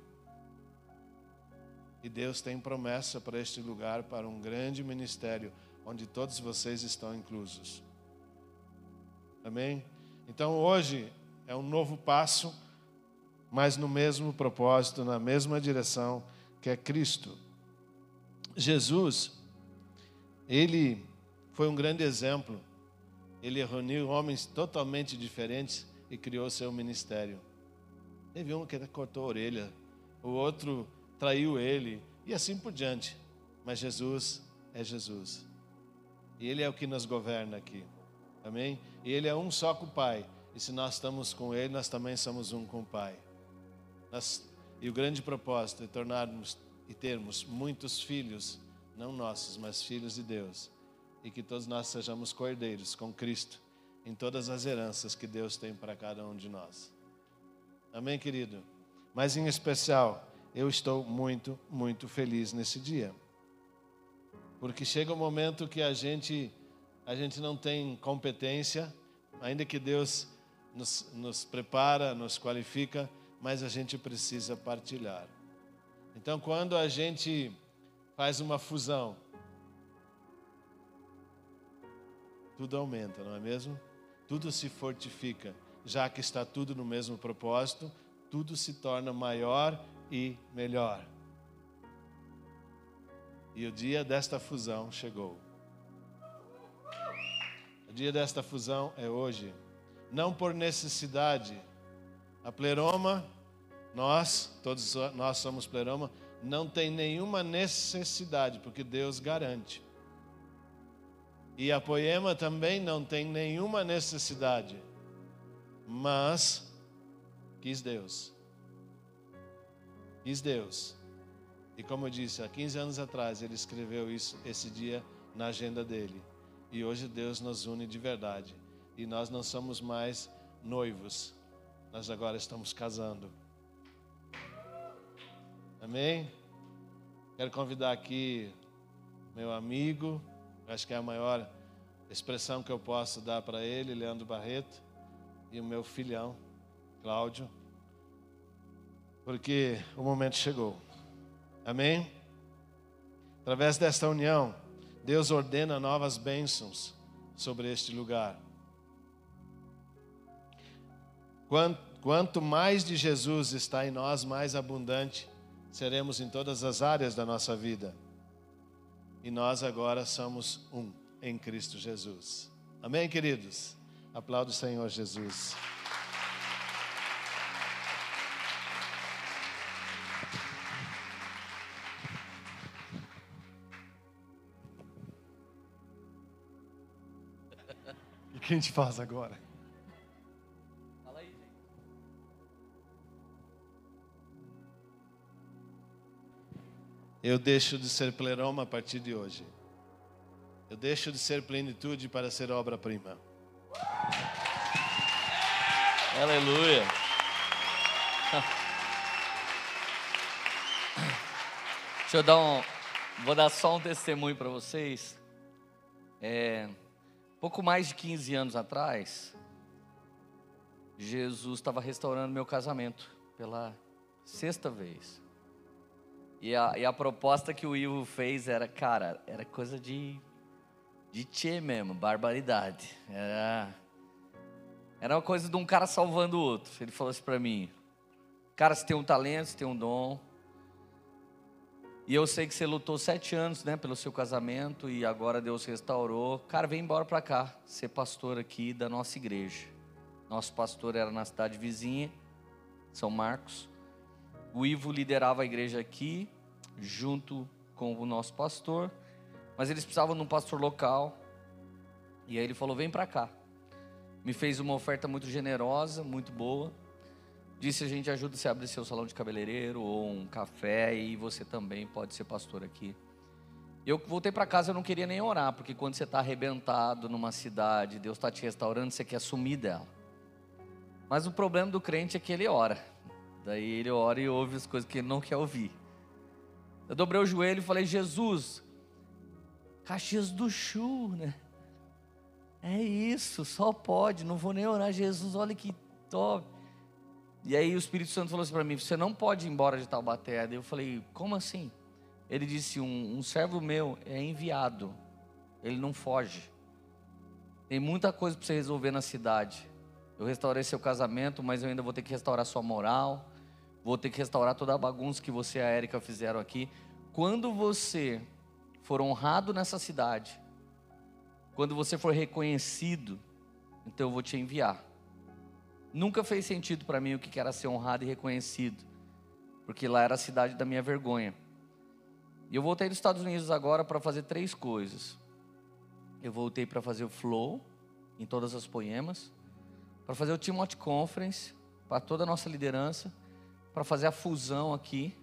E Deus tem promessa para este lugar, para um grande ministério, onde todos vocês estão inclusos. Amém? Então hoje é um novo passo, mas no mesmo propósito, na mesma direção, que é Cristo. Jesus, ele foi um grande exemplo. Ele reuniu homens totalmente diferentes e criou seu ministério. Teve um que cortou a orelha, o outro traiu ele, e assim por diante. Mas Jesus é Jesus. E Ele é o que nos governa aqui. Amém? E Ele é um só com o Pai. E se nós estamos com Ele, nós também somos um com o Pai. E o grande propósito é tornarmos e termos muitos filhos, não nossos, mas filhos de Deus. E que todos nós sejamos cordeiros com Cristo em todas as heranças que Deus tem para cada um de nós. Amém, querido? Mas em especial, eu estou muito, muito feliz nesse dia. Porque chega um momento que a gente não tem competência, ainda que Deus nos prepara, nos qualifica, mas a gente precisa partilhar. Então, quando a gente faz uma fusão, tudo aumenta, não é mesmo? Tudo se fortifica, já que está tudo no mesmo propósito, tudo se torna maior e melhor. E o dia desta fusão chegou. O dia desta fusão é hoje. Não por necessidade. A Pleroma, todos nós somos Pleroma, não tem nenhuma necessidade, porque Deus garante. E a Poema também não tem nenhuma necessidade, mas quis Deus. Quis Deus. E como eu disse, há 15 anos atrás ele escreveu esse dia na agenda dele. E hoje Deus nos une de verdade. E nós não somos mais noivos. Nós agora estamos casando. Amém? Quero convidar aqui meu amigo, acho que é a maior expressão que eu posso dar para ele, Leandro Barreto, e o meu filhão, Cláudio, porque o momento chegou. Amém? Através desta união, Deus ordena novas bênçãos sobre este lugar. Quanto mais de Jesus está em nós, mais abundante seremos em todas as áreas da nossa vida. E nós agora somos um em Cristo Jesus. Amém, queridos? Aplauda o Senhor Jesus. E o que a gente faz agora? Fala aí, gente. Eu deixo de ser Pleroma a partir de hoje. Eu deixo de ser plenitude para ser obra-prima. Aleluia. Vou dar só um testemunho para vocês. Pouco mais de 15 anos atrás, Jesus estava restaurando meu casamento pela 6ª vez. E a proposta que o Ivo fez era, cara, era coisa de tchê mesmo, barbaridade. Era uma coisa de um cara salvando o outro. Ele falou assim para mim: cara, você tem um talento, você tem um dom. E eu sei que você lutou 7 anos, né, pelo seu casamento, e agora Deus restaurou. Cara, vem embora para cá, ser pastor aqui da nossa igreja. Nosso pastor era na cidade vizinha, São Marcos. O Ivo liderava a igreja aqui, junto com o nosso pastor. Mas eles precisavam de um pastor local. E aí ele falou: vem para cá. Me fez uma oferta muito generosa, muito boa. Disse: a gente ajuda você a abrir seu salão de cabeleireiro ou um café, e você também pode ser pastor aqui. Eu voltei para casa, eu não queria nem orar, porque quando você está arrebentado numa cidade, Deus está te restaurando, você quer sumir dela. Mas o problema do crente é que ele ora. Daí ele ora e ouve as coisas que ele não quer ouvir. Eu dobrei o joelho e falei: Jesus, Caxias do Sul, né? É isso, só pode, não vou nem orar. Jesus, olha que top. E aí o Espírito Santo falou assim para mim: você não pode ir embora de Taubaté. Daí eu falei: como assim? Ele disse: um servo meu é enviado, ele não foge. Tem muita coisa para você resolver na cidade. Eu restaurei seu casamento, mas eu ainda vou ter que restaurar sua moral. Vou ter que restaurar toda a bagunça que você e a Érica fizeram aqui. Quando você for honrado nessa cidade, quando você for reconhecido, então eu vou te enviar. Nunca fez sentido para mim o que era ser honrado e reconhecido, porque lá era a cidade da minha vergonha. E eu voltei dos Estados Unidos agora para fazer 3 coisas. Eu voltei para fazer o Flow em todas as poemas, para fazer o Timothy Conference para toda a nossa liderança, para fazer a fusão aqui.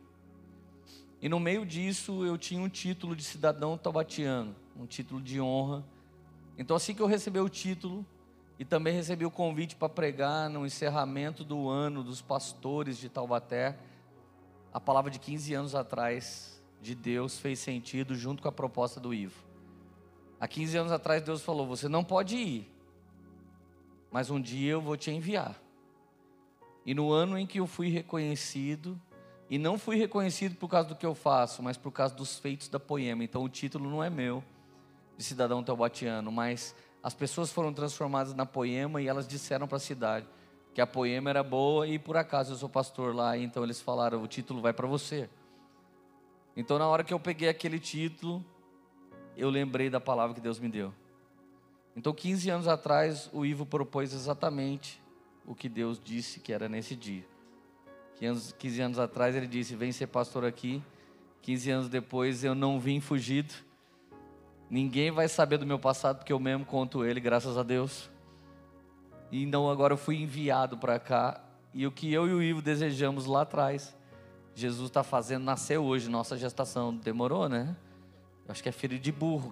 E no meio disso eu tinha um título de cidadão taubatiano, um título de honra. Então assim que eu recebi o título, e também recebi o convite para pregar no encerramento do ano dos pastores de Taubaté, a palavra de 15 anos atrás de Deus fez sentido junto com a proposta do Ivo. Há 15 anos atrás Deus falou: você não pode ir, mas um dia eu vou te enviar. E no ano em que eu fui reconhecido, e não fui reconhecido por causa do que eu faço, mas por causa dos feitos da Poema. Então o título não é meu, de cidadão taubatiano, mas as pessoas foram transformadas na Poema, e elas disseram para a cidade que a Poema era boa, e por acaso eu sou pastor lá, então eles falaram: o título vai para você. Então na hora que eu peguei aquele título, eu lembrei da palavra que Deus me deu. Então 15 anos atrás o Ivo propôs exatamente o que Deus disse que era nesse dia. 15 anos atrás ele disse: vem ser pastor aqui. 15 anos depois eu não vim fugido. Ninguém vai saber do meu passado, porque eu mesmo conto ele, graças a Deus. E então agora eu fui enviado para cá. E o que eu e o Ivo desejamos lá atrás, Jesus está fazendo nascer hoje, nossa gestação. Demorou, né? Eu acho que é filho de burro,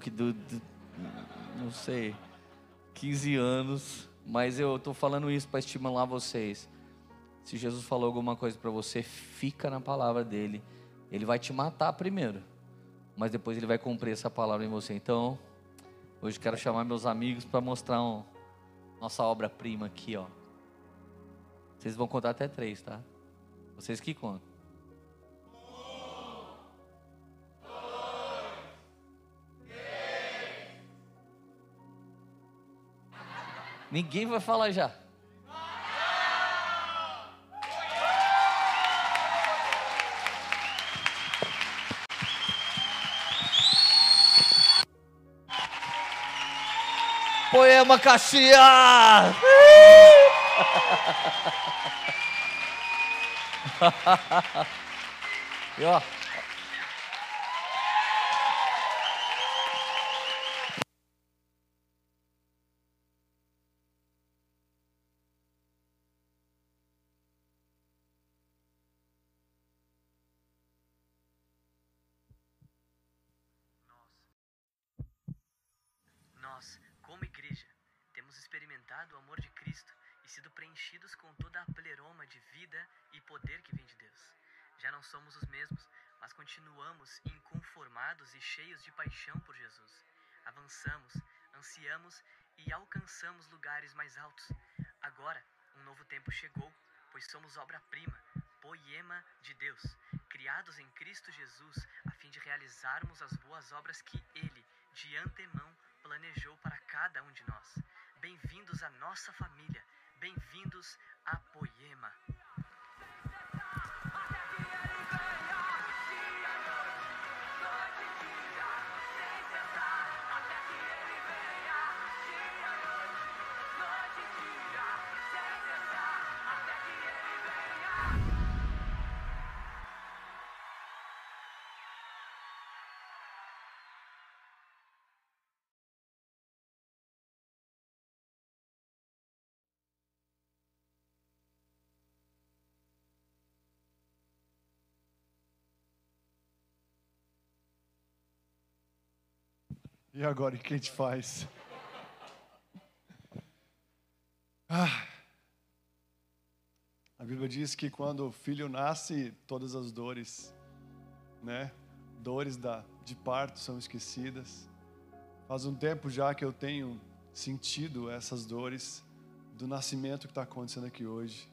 não sei, 15 anos. Mas eu estou falando isso para estimular vocês. Se Jesus falou alguma coisa para você, fica na palavra dele. Ele vai te matar primeiro, mas depois ele vai cumprir essa palavra em você. Então, hoje quero chamar meus amigos para mostrar nossa obra-prima aqui, ó. Vocês vão contar até 3, tá? Vocês que contam. 1, 2, 3. Ninguém vai falar já. Poema Caxias! E ó. Nós, como igreja, temos experimentado o amor de Cristo e sido preenchidos com toda a pleroma de vida e poder que vem de Deus. Já não somos os mesmos, mas continuamos inconformados e cheios de paixão por Jesus. Avançamos, ansiamos e alcançamos lugares mais altos. Agora, um novo tempo chegou, pois somos obra-prima, poema de Deus, criados em Cristo Jesus, a fim de realizarmos as boas obras que Ele, de antemão, planejou para cada um de nós. Bem-vindos à nossa família, bem-vindos a Poema. E agora, o que a gente faz? A Bíblia diz que quando o filho nasce, todas as dores, né? Dores de parto são esquecidas. Faz um tempo já que eu tenho sentido essas dores do nascimento que está acontecendo aqui hoje.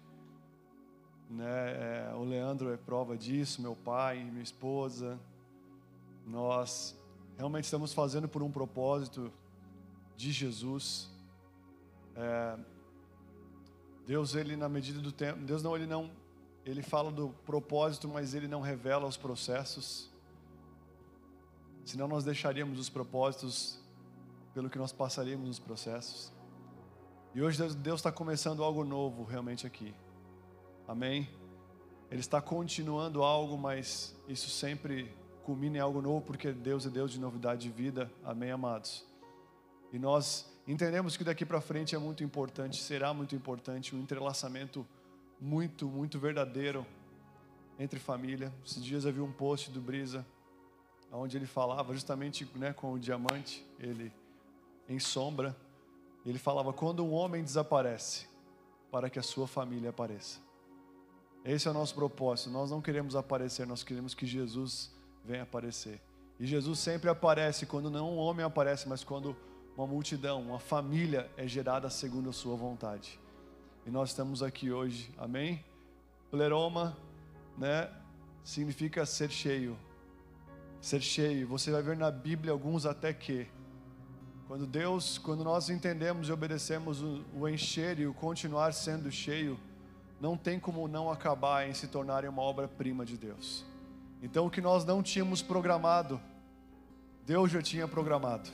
Né? O Leandro é prova disso, meu pai, minha esposa. Nós realmente estamos fazendo por um propósito de Jesus. Deus, ele na medida do tempo, ele fala do propósito, mas ele não revela os processos. Senão nós deixaríamos os propósitos pelo que nós passaríamos nos processos. E hoje Deus está começando algo novo realmente aqui. Amém? Ele está continuando algo, mas isso sempre culmina em algo novo, porque Deus é Deus de novidade de vida. Amém, amados? E nós entendemos que daqui para frente é muito importante, será muito importante, um entrelaçamento muito, muito verdadeiro entre família. Esses dias eu vi um post do Brisa, onde ele falava justamente, né, com o diamante, ele em sombra, ele falava: quando um homem desaparece, para que a sua família apareça. Esse é o nosso propósito. Nós não queremos aparecer, nós queremos que Jesus venha aparecer. E Jesus sempre aparece quando não um homem aparece, mas quando uma multidão, uma família é gerada segundo a sua vontade. E nós estamos aqui hoje, amém? Pleroma, né, significa ser cheio. Ser cheio. Você vai ver na Bíblia alguns até que quando nós entendemos e obedecemos o encher e o continuar sendo cheio, não tem como não acabar em se tornarem uma obra-prima de Deus. Então o que nós não tínhamos programado, Deus já tinha programado.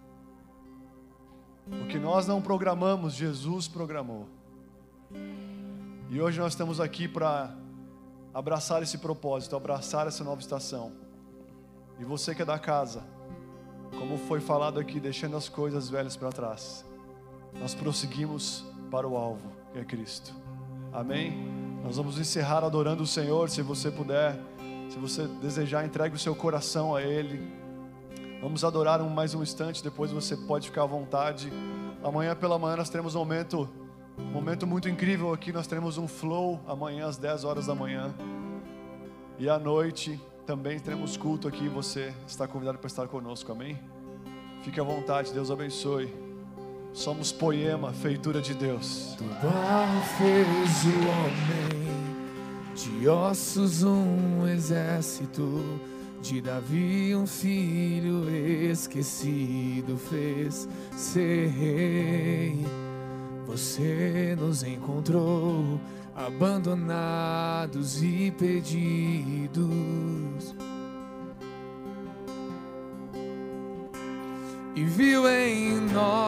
O que nós não programamos, Jesus programou. E hoje nós estamos aqui para abraçar esse propósito, abraçar essa nova estação. E você que é da casa, como foi falado aqui, deixando as coisas velhas para trás, nós prosseguimos para o alvo, que é Cristo. Amém? Nós vamos encerrar adorando o Senhor. Se você puder, se você desejar, entregue o seu coração a Ele. Vamos adorar mais um instante, depois você pode ficar à vontade. Amanhã pela manhã nós teremos um momento muito incrível aqui. Nós teremos um flow amanhã às 10 horas da manhã. E à noite também teremos culto aqui. Você está convidado para estar conosco, amém? Fique à vontade, Deus abençoe. Somos Poema, feitura de Deus. Do barro fez o homem, de ossos um exército, de Davi um filho esquecido fez ser rei. Você nos encontrou abandonados e perdidos, e viu em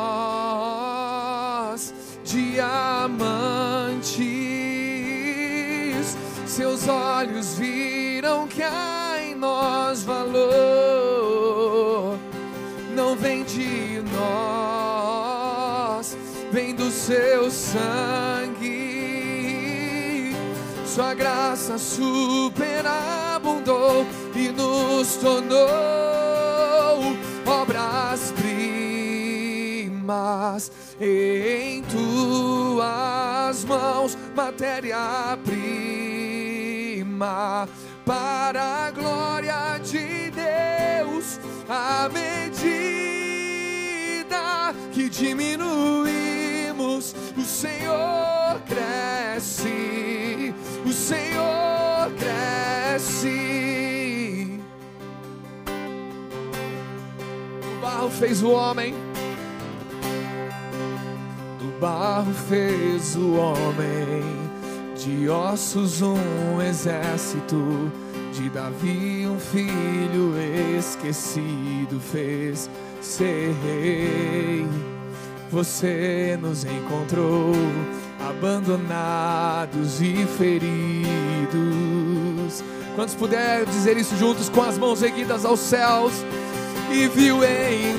nós diamantes. Seus olhos viram que há em nós valor. Não vem de nós, vem do seu sangue. Sua graça superabundou e nos tornou obras-primas. Em tuas mãos, matéria-prima, para a glória de Deus, a medida que diminuímos, o Senhor cresce, o Senhor cresce. Do barro fez o homem, do barro fez o homem, de ossos um exército, de Davi um filho esquecido fez ser rei. Você nos encontrou abandonados e feridos. Quantos puderam dizer isso juntos com as mãos erguidas aos céus? E viu em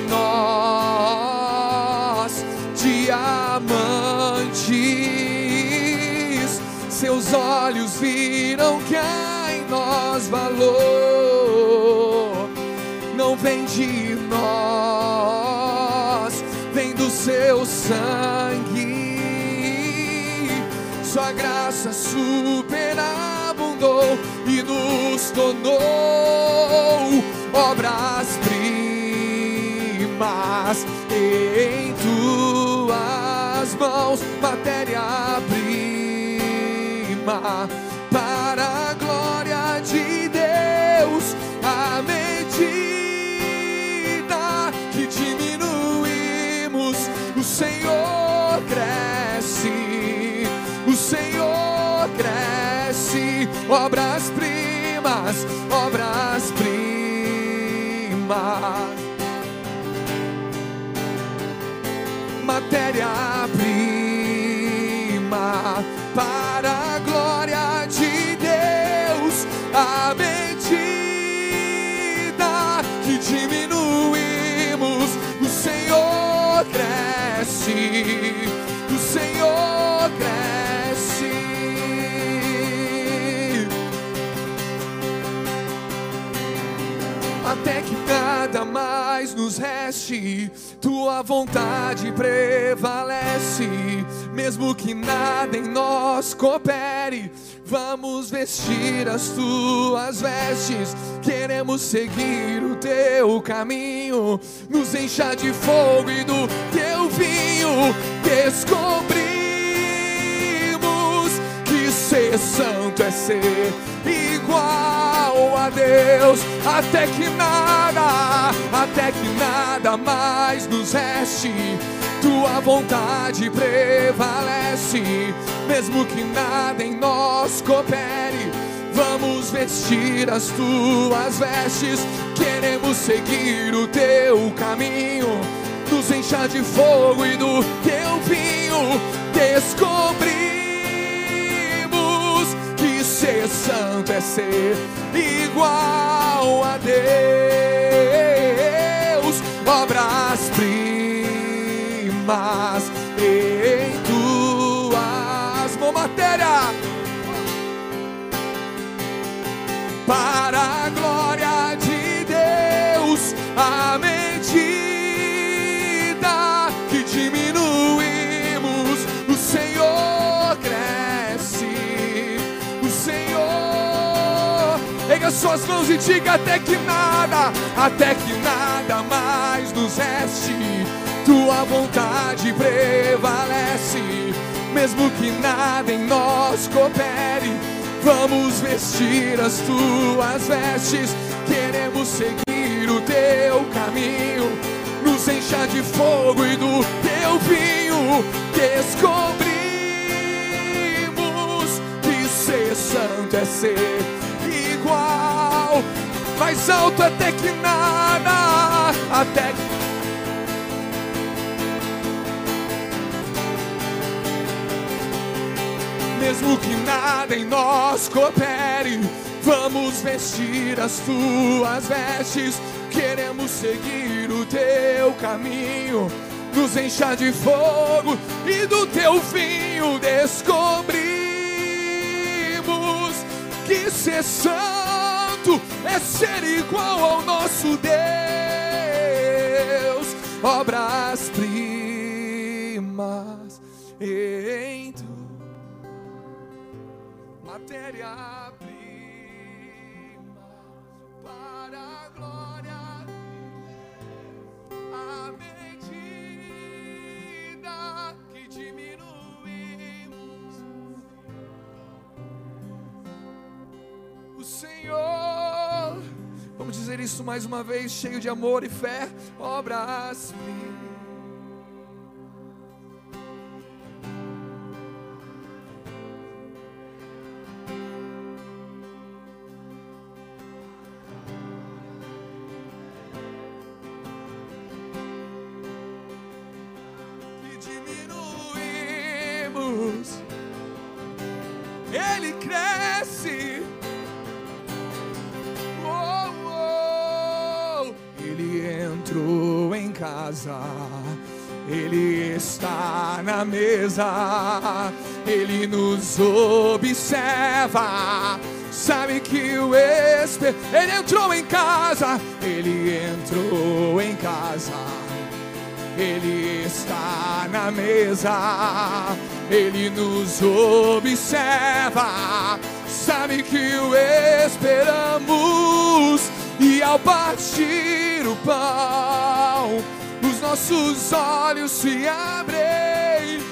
nós diamantes, seus olhos viram que há em nós valor. Não vem de nós, vem do seu sangue. Sua graça superabundou e nos tornou obras-primas em tuas mãos, matéria-prima para a glória de Deus. À medida que diminuímos, o Senhor cresce, o Senhor cresce. Obras-primas, obras-primas, matéria-prima para a glória de Deus. À medida que diminuímos, o Senhor cresce, o Senhor cresce. Até que nada mais nos reste, tua vontade prevalece. Mesmo que nada em nós coopere, vamos vestir as tuas vestes. Queremos seguir o teu caminho, nos encha de fogo e do teu vinho. Descobrimos que ser santo é ser igual a Deus. Até que nada mais nos reste, tua vontade prevalece. Mesmo que nada em nós coopere, vamos vestir as tuas vestes. Queremos seguir o teu caminho, nos encha de fogo e do teu vinho. Descobrimos que ser santo é ser igual a Deus. Obras-primas em tuas mãos, matéria para a glória de Deus. À medida que diminuímos, o Senhor cresce, o Senhor. Erga suas mãos e diga: até que nada mais nos reste, tua vontade prevalece. Mesmo que nada em nós coopere, vamos vestir as tuas vestes. Queremos seguir o teu caminho, nos encha de fogo e do teu vinho. Descobrimos que ser santo é ser igual. Mais alto: até que nada, até que mesmo que nada em nós coopere, vamos vestir as tuas vestes. Queremos seguir o teu caminho, nos encha de fogo e do teu vinho. Descobrimos que ser santo é ser igual ao nosso Deus. Obras-primas em tu matéria-prima para a glória. À medida O Senhor, vamos dizer isso mais uma vez, cheio de amor e fé, obras-me. Ele cresce, Ele entrou em casa, Ele está na mesa, Ele nos observa, sabe que o Ele entrou em casa, Ele entrou em casa, Ele está na mesa, Ele nos observa, sabe que o esperamos, e ao partir o pão, os nossos olhos se abrem.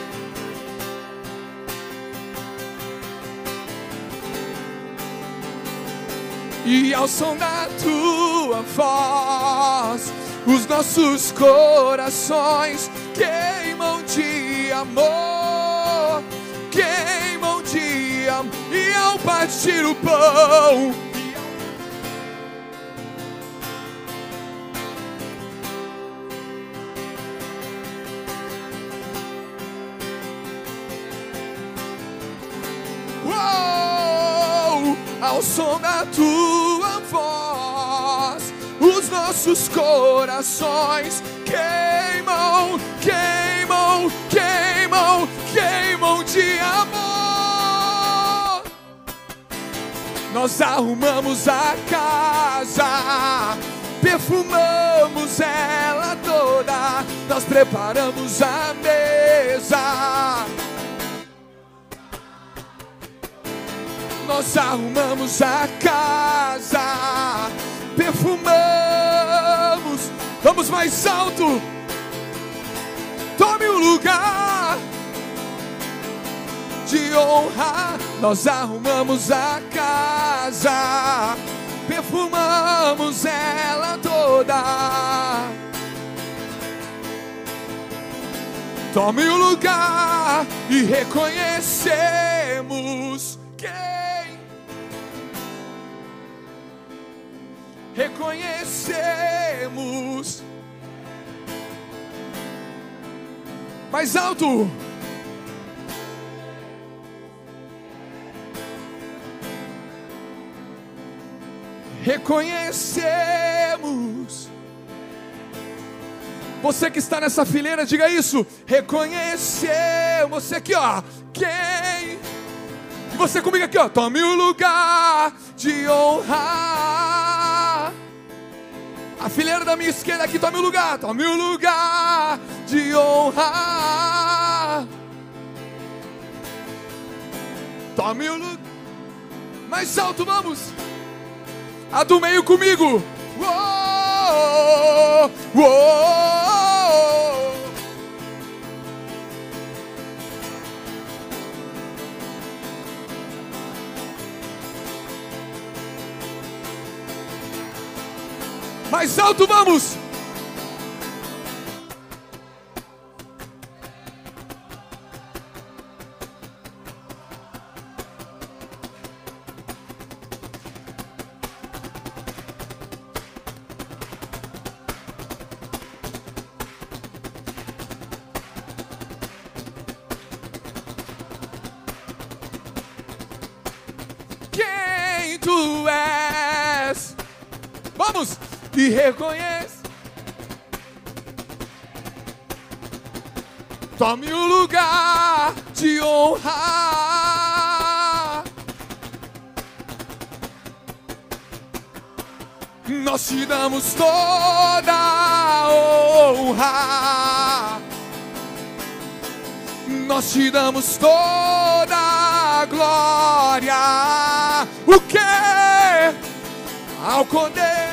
E ao som da tua voz, os nossos corações queimam de amor, queimam de amor. E ao partir o pão, ao som da tua voz, os nossos corações queimam, queimam, queimam, queimam de amor. Nós arrumamos a casa, perfumamos ela toda, nós preparamos a mesa. Nós arrumamos a casa, perfumamos. Vamos mais alto. Tome o lugar de honra. Nós arrumamos a casa, perfumamos ela toda. Tome o lugar e reconhecemos quem. Reconhecemos. Mais alto. Reconhecemos. Você que está nessa fileira, diga isso. Reconhecemos. Você aqui, ó. Quem? E você comigo aqui, ó. Tome o lugar de honra. A fileira da minha esquerda aqui, tome o lugar. Tome o lugar de honra. Tome o lugar. Mais alto, vamos. A do meio comigo. Uou, uou. Mais alto, vamos. Quem tu és? Vamos. E reconhece. Tome o lugar de honra. Nós te damos toda a honra. Nós te damos toda a glória. O que? Ao Cordeiro.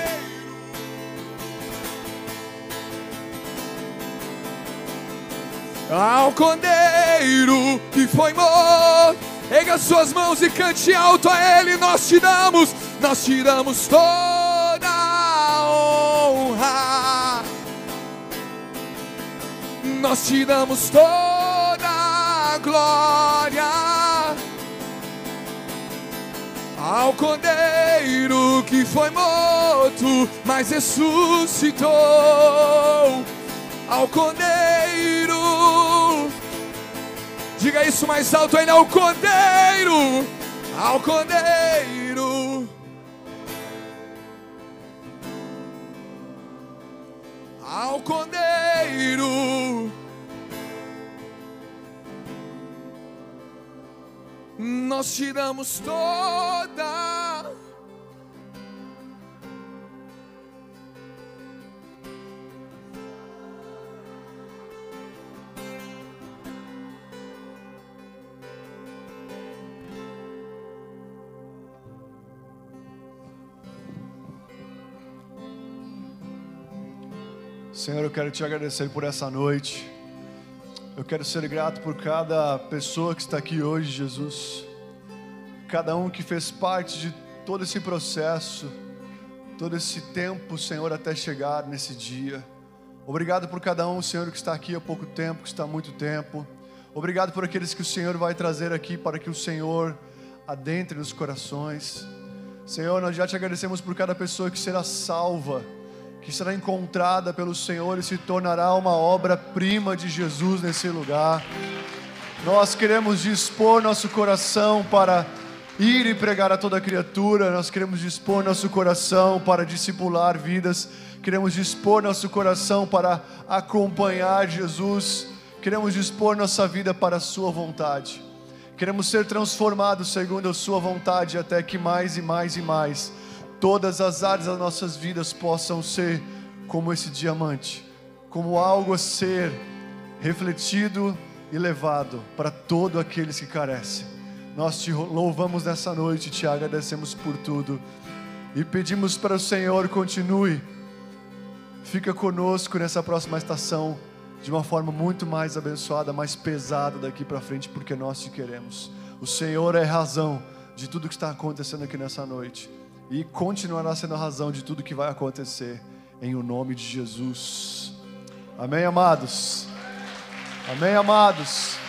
Ao Cordeiro que foi morto Erga suas mãos e cante alto a Ele. Nós te damos toda a honra. Nós te damos toda a glória. Ao Cordeiro que foi morto, mas ressuscitou. Ao Cordeiro, diga isso mais alto ainda, ao Cordeiro, ao Cordeiro, ao Cordeiro, nós te damos toda. Senhor, eu quero te agradecer por essa noite. Eu quero ser grato por cada pessoa que está aqui hoje, Jesus. Cada um que fez parte de todo esse processo, todo esse tempo, Senhor, até chegar nesse dia. Obrigado por cada um, Senhor, que está aqui há pouco tempo, que está há muito tempo. Obrigado por aqueles que o Senhor vai trazer aqui para que o Senhor adentre nos corações. Senhor, nós já te agradecemos por cada pessoa que será salva, que será encontrada pelo Senhor e se tornará uma obra-prima de Jesus nesse lugar. Nós queremos dispor nosso coração para ir e pregar a toda criatura. Nós queremos dispor nosso coração para discipular vidas. Queremos dispor nosso coração para acompanhar Jesus. Queremos dispor nossa vida para a sua vontade. Queremos ser transformados segundo a sua vontade, até que mais e mais e mais todas as áreas das nossas vidas possam ser como esse diamante, como algo a ser refletido e levado para todos aqueles que carecem. Nós te louvamos nessa noite, te agradecemos por tudo e pedimos para o Senhor, continue, fica conosco nessa próxima estação de uma forma muito mais abençoada, mais pesada daqui para frente, porque nós te queremos. O Senhor é a razão de tudo que está acontecendo aqui nessa noite e continuará sendo a razão de tudo que vai acontecer, em o nome de Jesus. Amém, amados? Amém, amados?